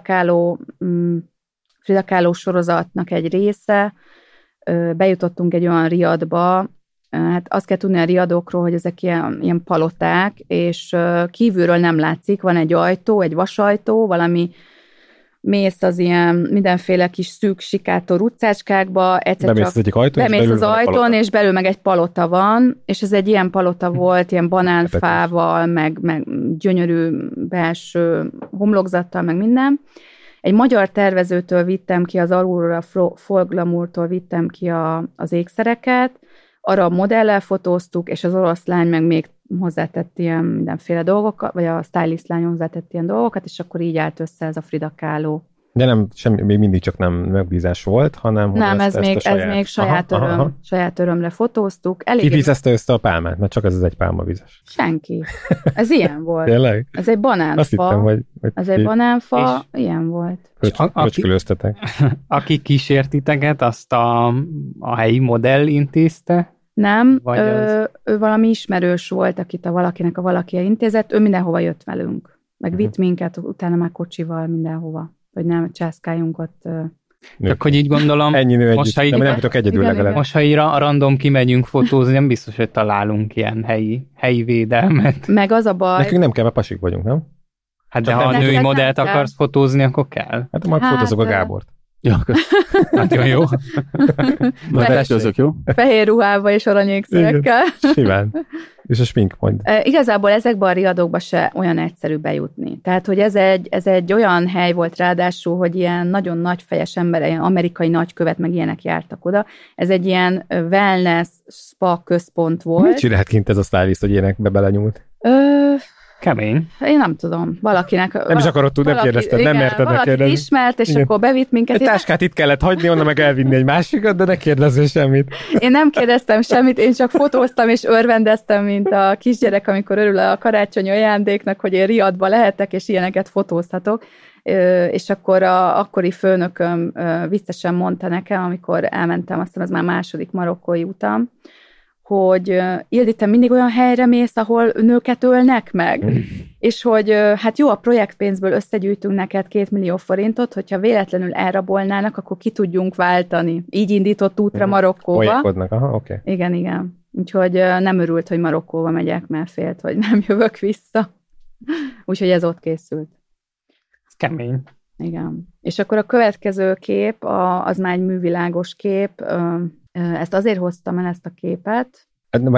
Kahlo sorozatnak egy része. Bejutottunk egy olyan riadba, hát azt kell tudni a riadokról, hogy ezek ilyen paloták, és kívülről nem látszik, van egy ajtó, egy vasajtó, valami mész az ilyen mindenféle kis szűk sikátor utcácskákba, egyszer bemész csak ajtón, bemész az ajtón, és belül meg egy palota van, és ez egy ilyen palota volt, ilyen banánfával, meg gyönyörű belső homlokzattal, meg minden. Egy magyar tervezőtől vittem ki, az Aurora Folglamourtól vittem ki az ékszereket, arra a modellel fotóztuk, és az orosz lány meg még hozzátett ilyen mindenféle dolgokat, vagy a stylist lány hozzátett ilyen dolgokat, és akkor így állt össze ez a Frida Kahlo. De nem, még mindig csak nem megbízás volt, hanem... Nem, ez még saját örömre fotóztuk. Ki vizezte össze a pálmát? Mert csak ez egy pálmavizes. Senki. Ez ilyen volt. Tényleg? Ez egy banánfa. Azt hittem, hogy ez egy banánfa, ilyen volt. Fröcskülöztetek. Aki kísértiteket, azt a helyi modell intézte? Nem, ő valami ismerős volt, akit valakinek a valaki intézett, ő mindenhova jött velünk. Meg vitt minket, utána már kocsival mindenhova, hogy nem császkáljunk ott. Csak hogy így gondolom, ennyi nő együtt, nem tudok egyedül legalább. Most, ha random kimegyünk fotózni, nem biztos, hogy találunk ilyen helyi védelmet. Meg az a baj... Nekünk nem kell, mert pasik vagyunk, nem? Hát de ha a női modellt akarsz fotózni, akkor kell. Hát majd fotózok a Gábort. Ja, hát jó. Jó. Fehér ruhába és aranyékszerekkel. Simán. És a smink majd. Igazából ezekben a riadókba se olyan egyszerű bejutni. Tehát, hogy ez egy olyan hely volt ráadásul, hogy ilyen nagyon nagyfejes emberek, ilyen amerikai nagykövet, meg ilyenek jártak oda. Ez egy ilyen wellness spa központ volt. Mit csinált kint ez a stylist, hogy ilyenekbe belenyúlt? Kemény. Én nem tudom. Valakinek... Nem is akarod tudni, nem kérdezted, nem merted megkérdezni. Ismert, és igen. Akkor bevitt minket. A táskát itt kellett hagyni, onnan meg elvinni egy másikat, de ne kérdezzél semmit. Én nem kérdeztem semmit, én csak fotóztam és örvendeztem, mint a kisgyerek, amikor örül a karácsonyi ajándéknak, hogy én Riadba lehetek, és ilyeneket fotózhatok. És akkor a akkori főnököm viccesen mondta nekem, amikor elmentem, azt hiszem ez már második marokkói utam, hogy Ildi, te mindig olyan helyre mész, ahol nőket ölnek meg, és hogy hát jó, a projektpénzből összegyűjtünk neked 2 millió forintot, hogyha véletlenül elrabolnának, akkor ki tudjunk váltani. Így indított útra Marokkóba. Olyakodnak, aha, oké. Okay. Igen. Úgyhogy nem örült, hogy Marokkóba megyek, mert félt, hogy nem jövök vissza. Úgyhogy ez ott készült. Ez kemény. Igen. És akkor a következő kép, az már egy művilágos kép. Ezt azért hoztam el, ezt a képet.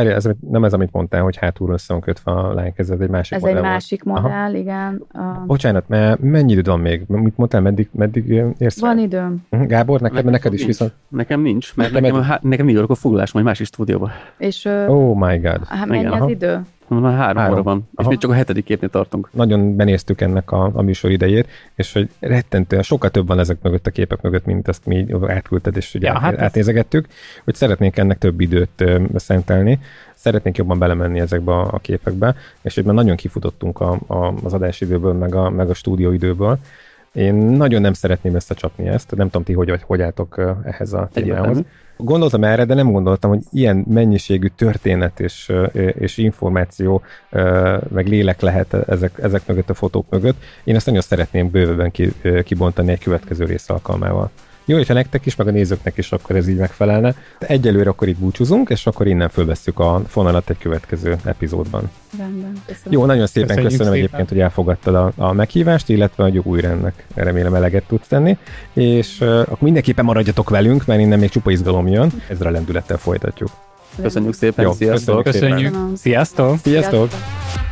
Nem ez, amit mondtál, hogy hátul össze van kötve a lánykezed, egy másik modell. Ez egy másik modell, igen. Bocsánat, mert mennyi időd van még? Mit mondtál, meddig érsz? Van időm. Gábor, neked is viszont? Nekem nincs, mert nekem 4 órakor foglalás majd másik stúdióba. És, oh my god. Hát mennyi az idő? Már 3 óra van, és még csak a 7. képnél tartunk. Nagyon benéztük ennek a műsor idejét, és hogy rettentően sokkal több van ezek mögött a képek mögött, mint ezt mi átküldted, és ugye átnézegettük, hogy szeretnénk ennek több időt szentelni, szeretnénk jobban belemenni ezekbe a képekbe, és hogy már nagyon kifutottunk az adásidőből, meg a stúdióidőből. Én nagyon nem szeretném összecsapni ezt, nem tudom ti, hogy álltok ehhez a témához. Gondoltam erre, de nem gondoltam, hogy ilyen mennyiségű történet és információ, meg lélek lehet ezek mögött a fotók mögött. Én ezt nagyon szeretném bővebben kibontani egy következő rész alkalmával. Jó, hogyha nektek is, meg a nézőknek is, akkor ez így megfelelne. De egyelőre akkor itt búcsúzunk, és akkor innen fölvesszük a fonalat egy következő epizódban. Rendben, jó, nagyon szépen köszönöm egyébként, hogy elfogadtad a meghívást, illetve hogy újra ennek remélem eleget tudsz tenni. És akkor mindenképpen maradjatok velünk, mert innen még csupa izgalom jön. Ezzel a lendülettel folytatjuk. Köszönjük szépen, jó, sziasztok! Köszönjük! Sziasztok! Sziasztok!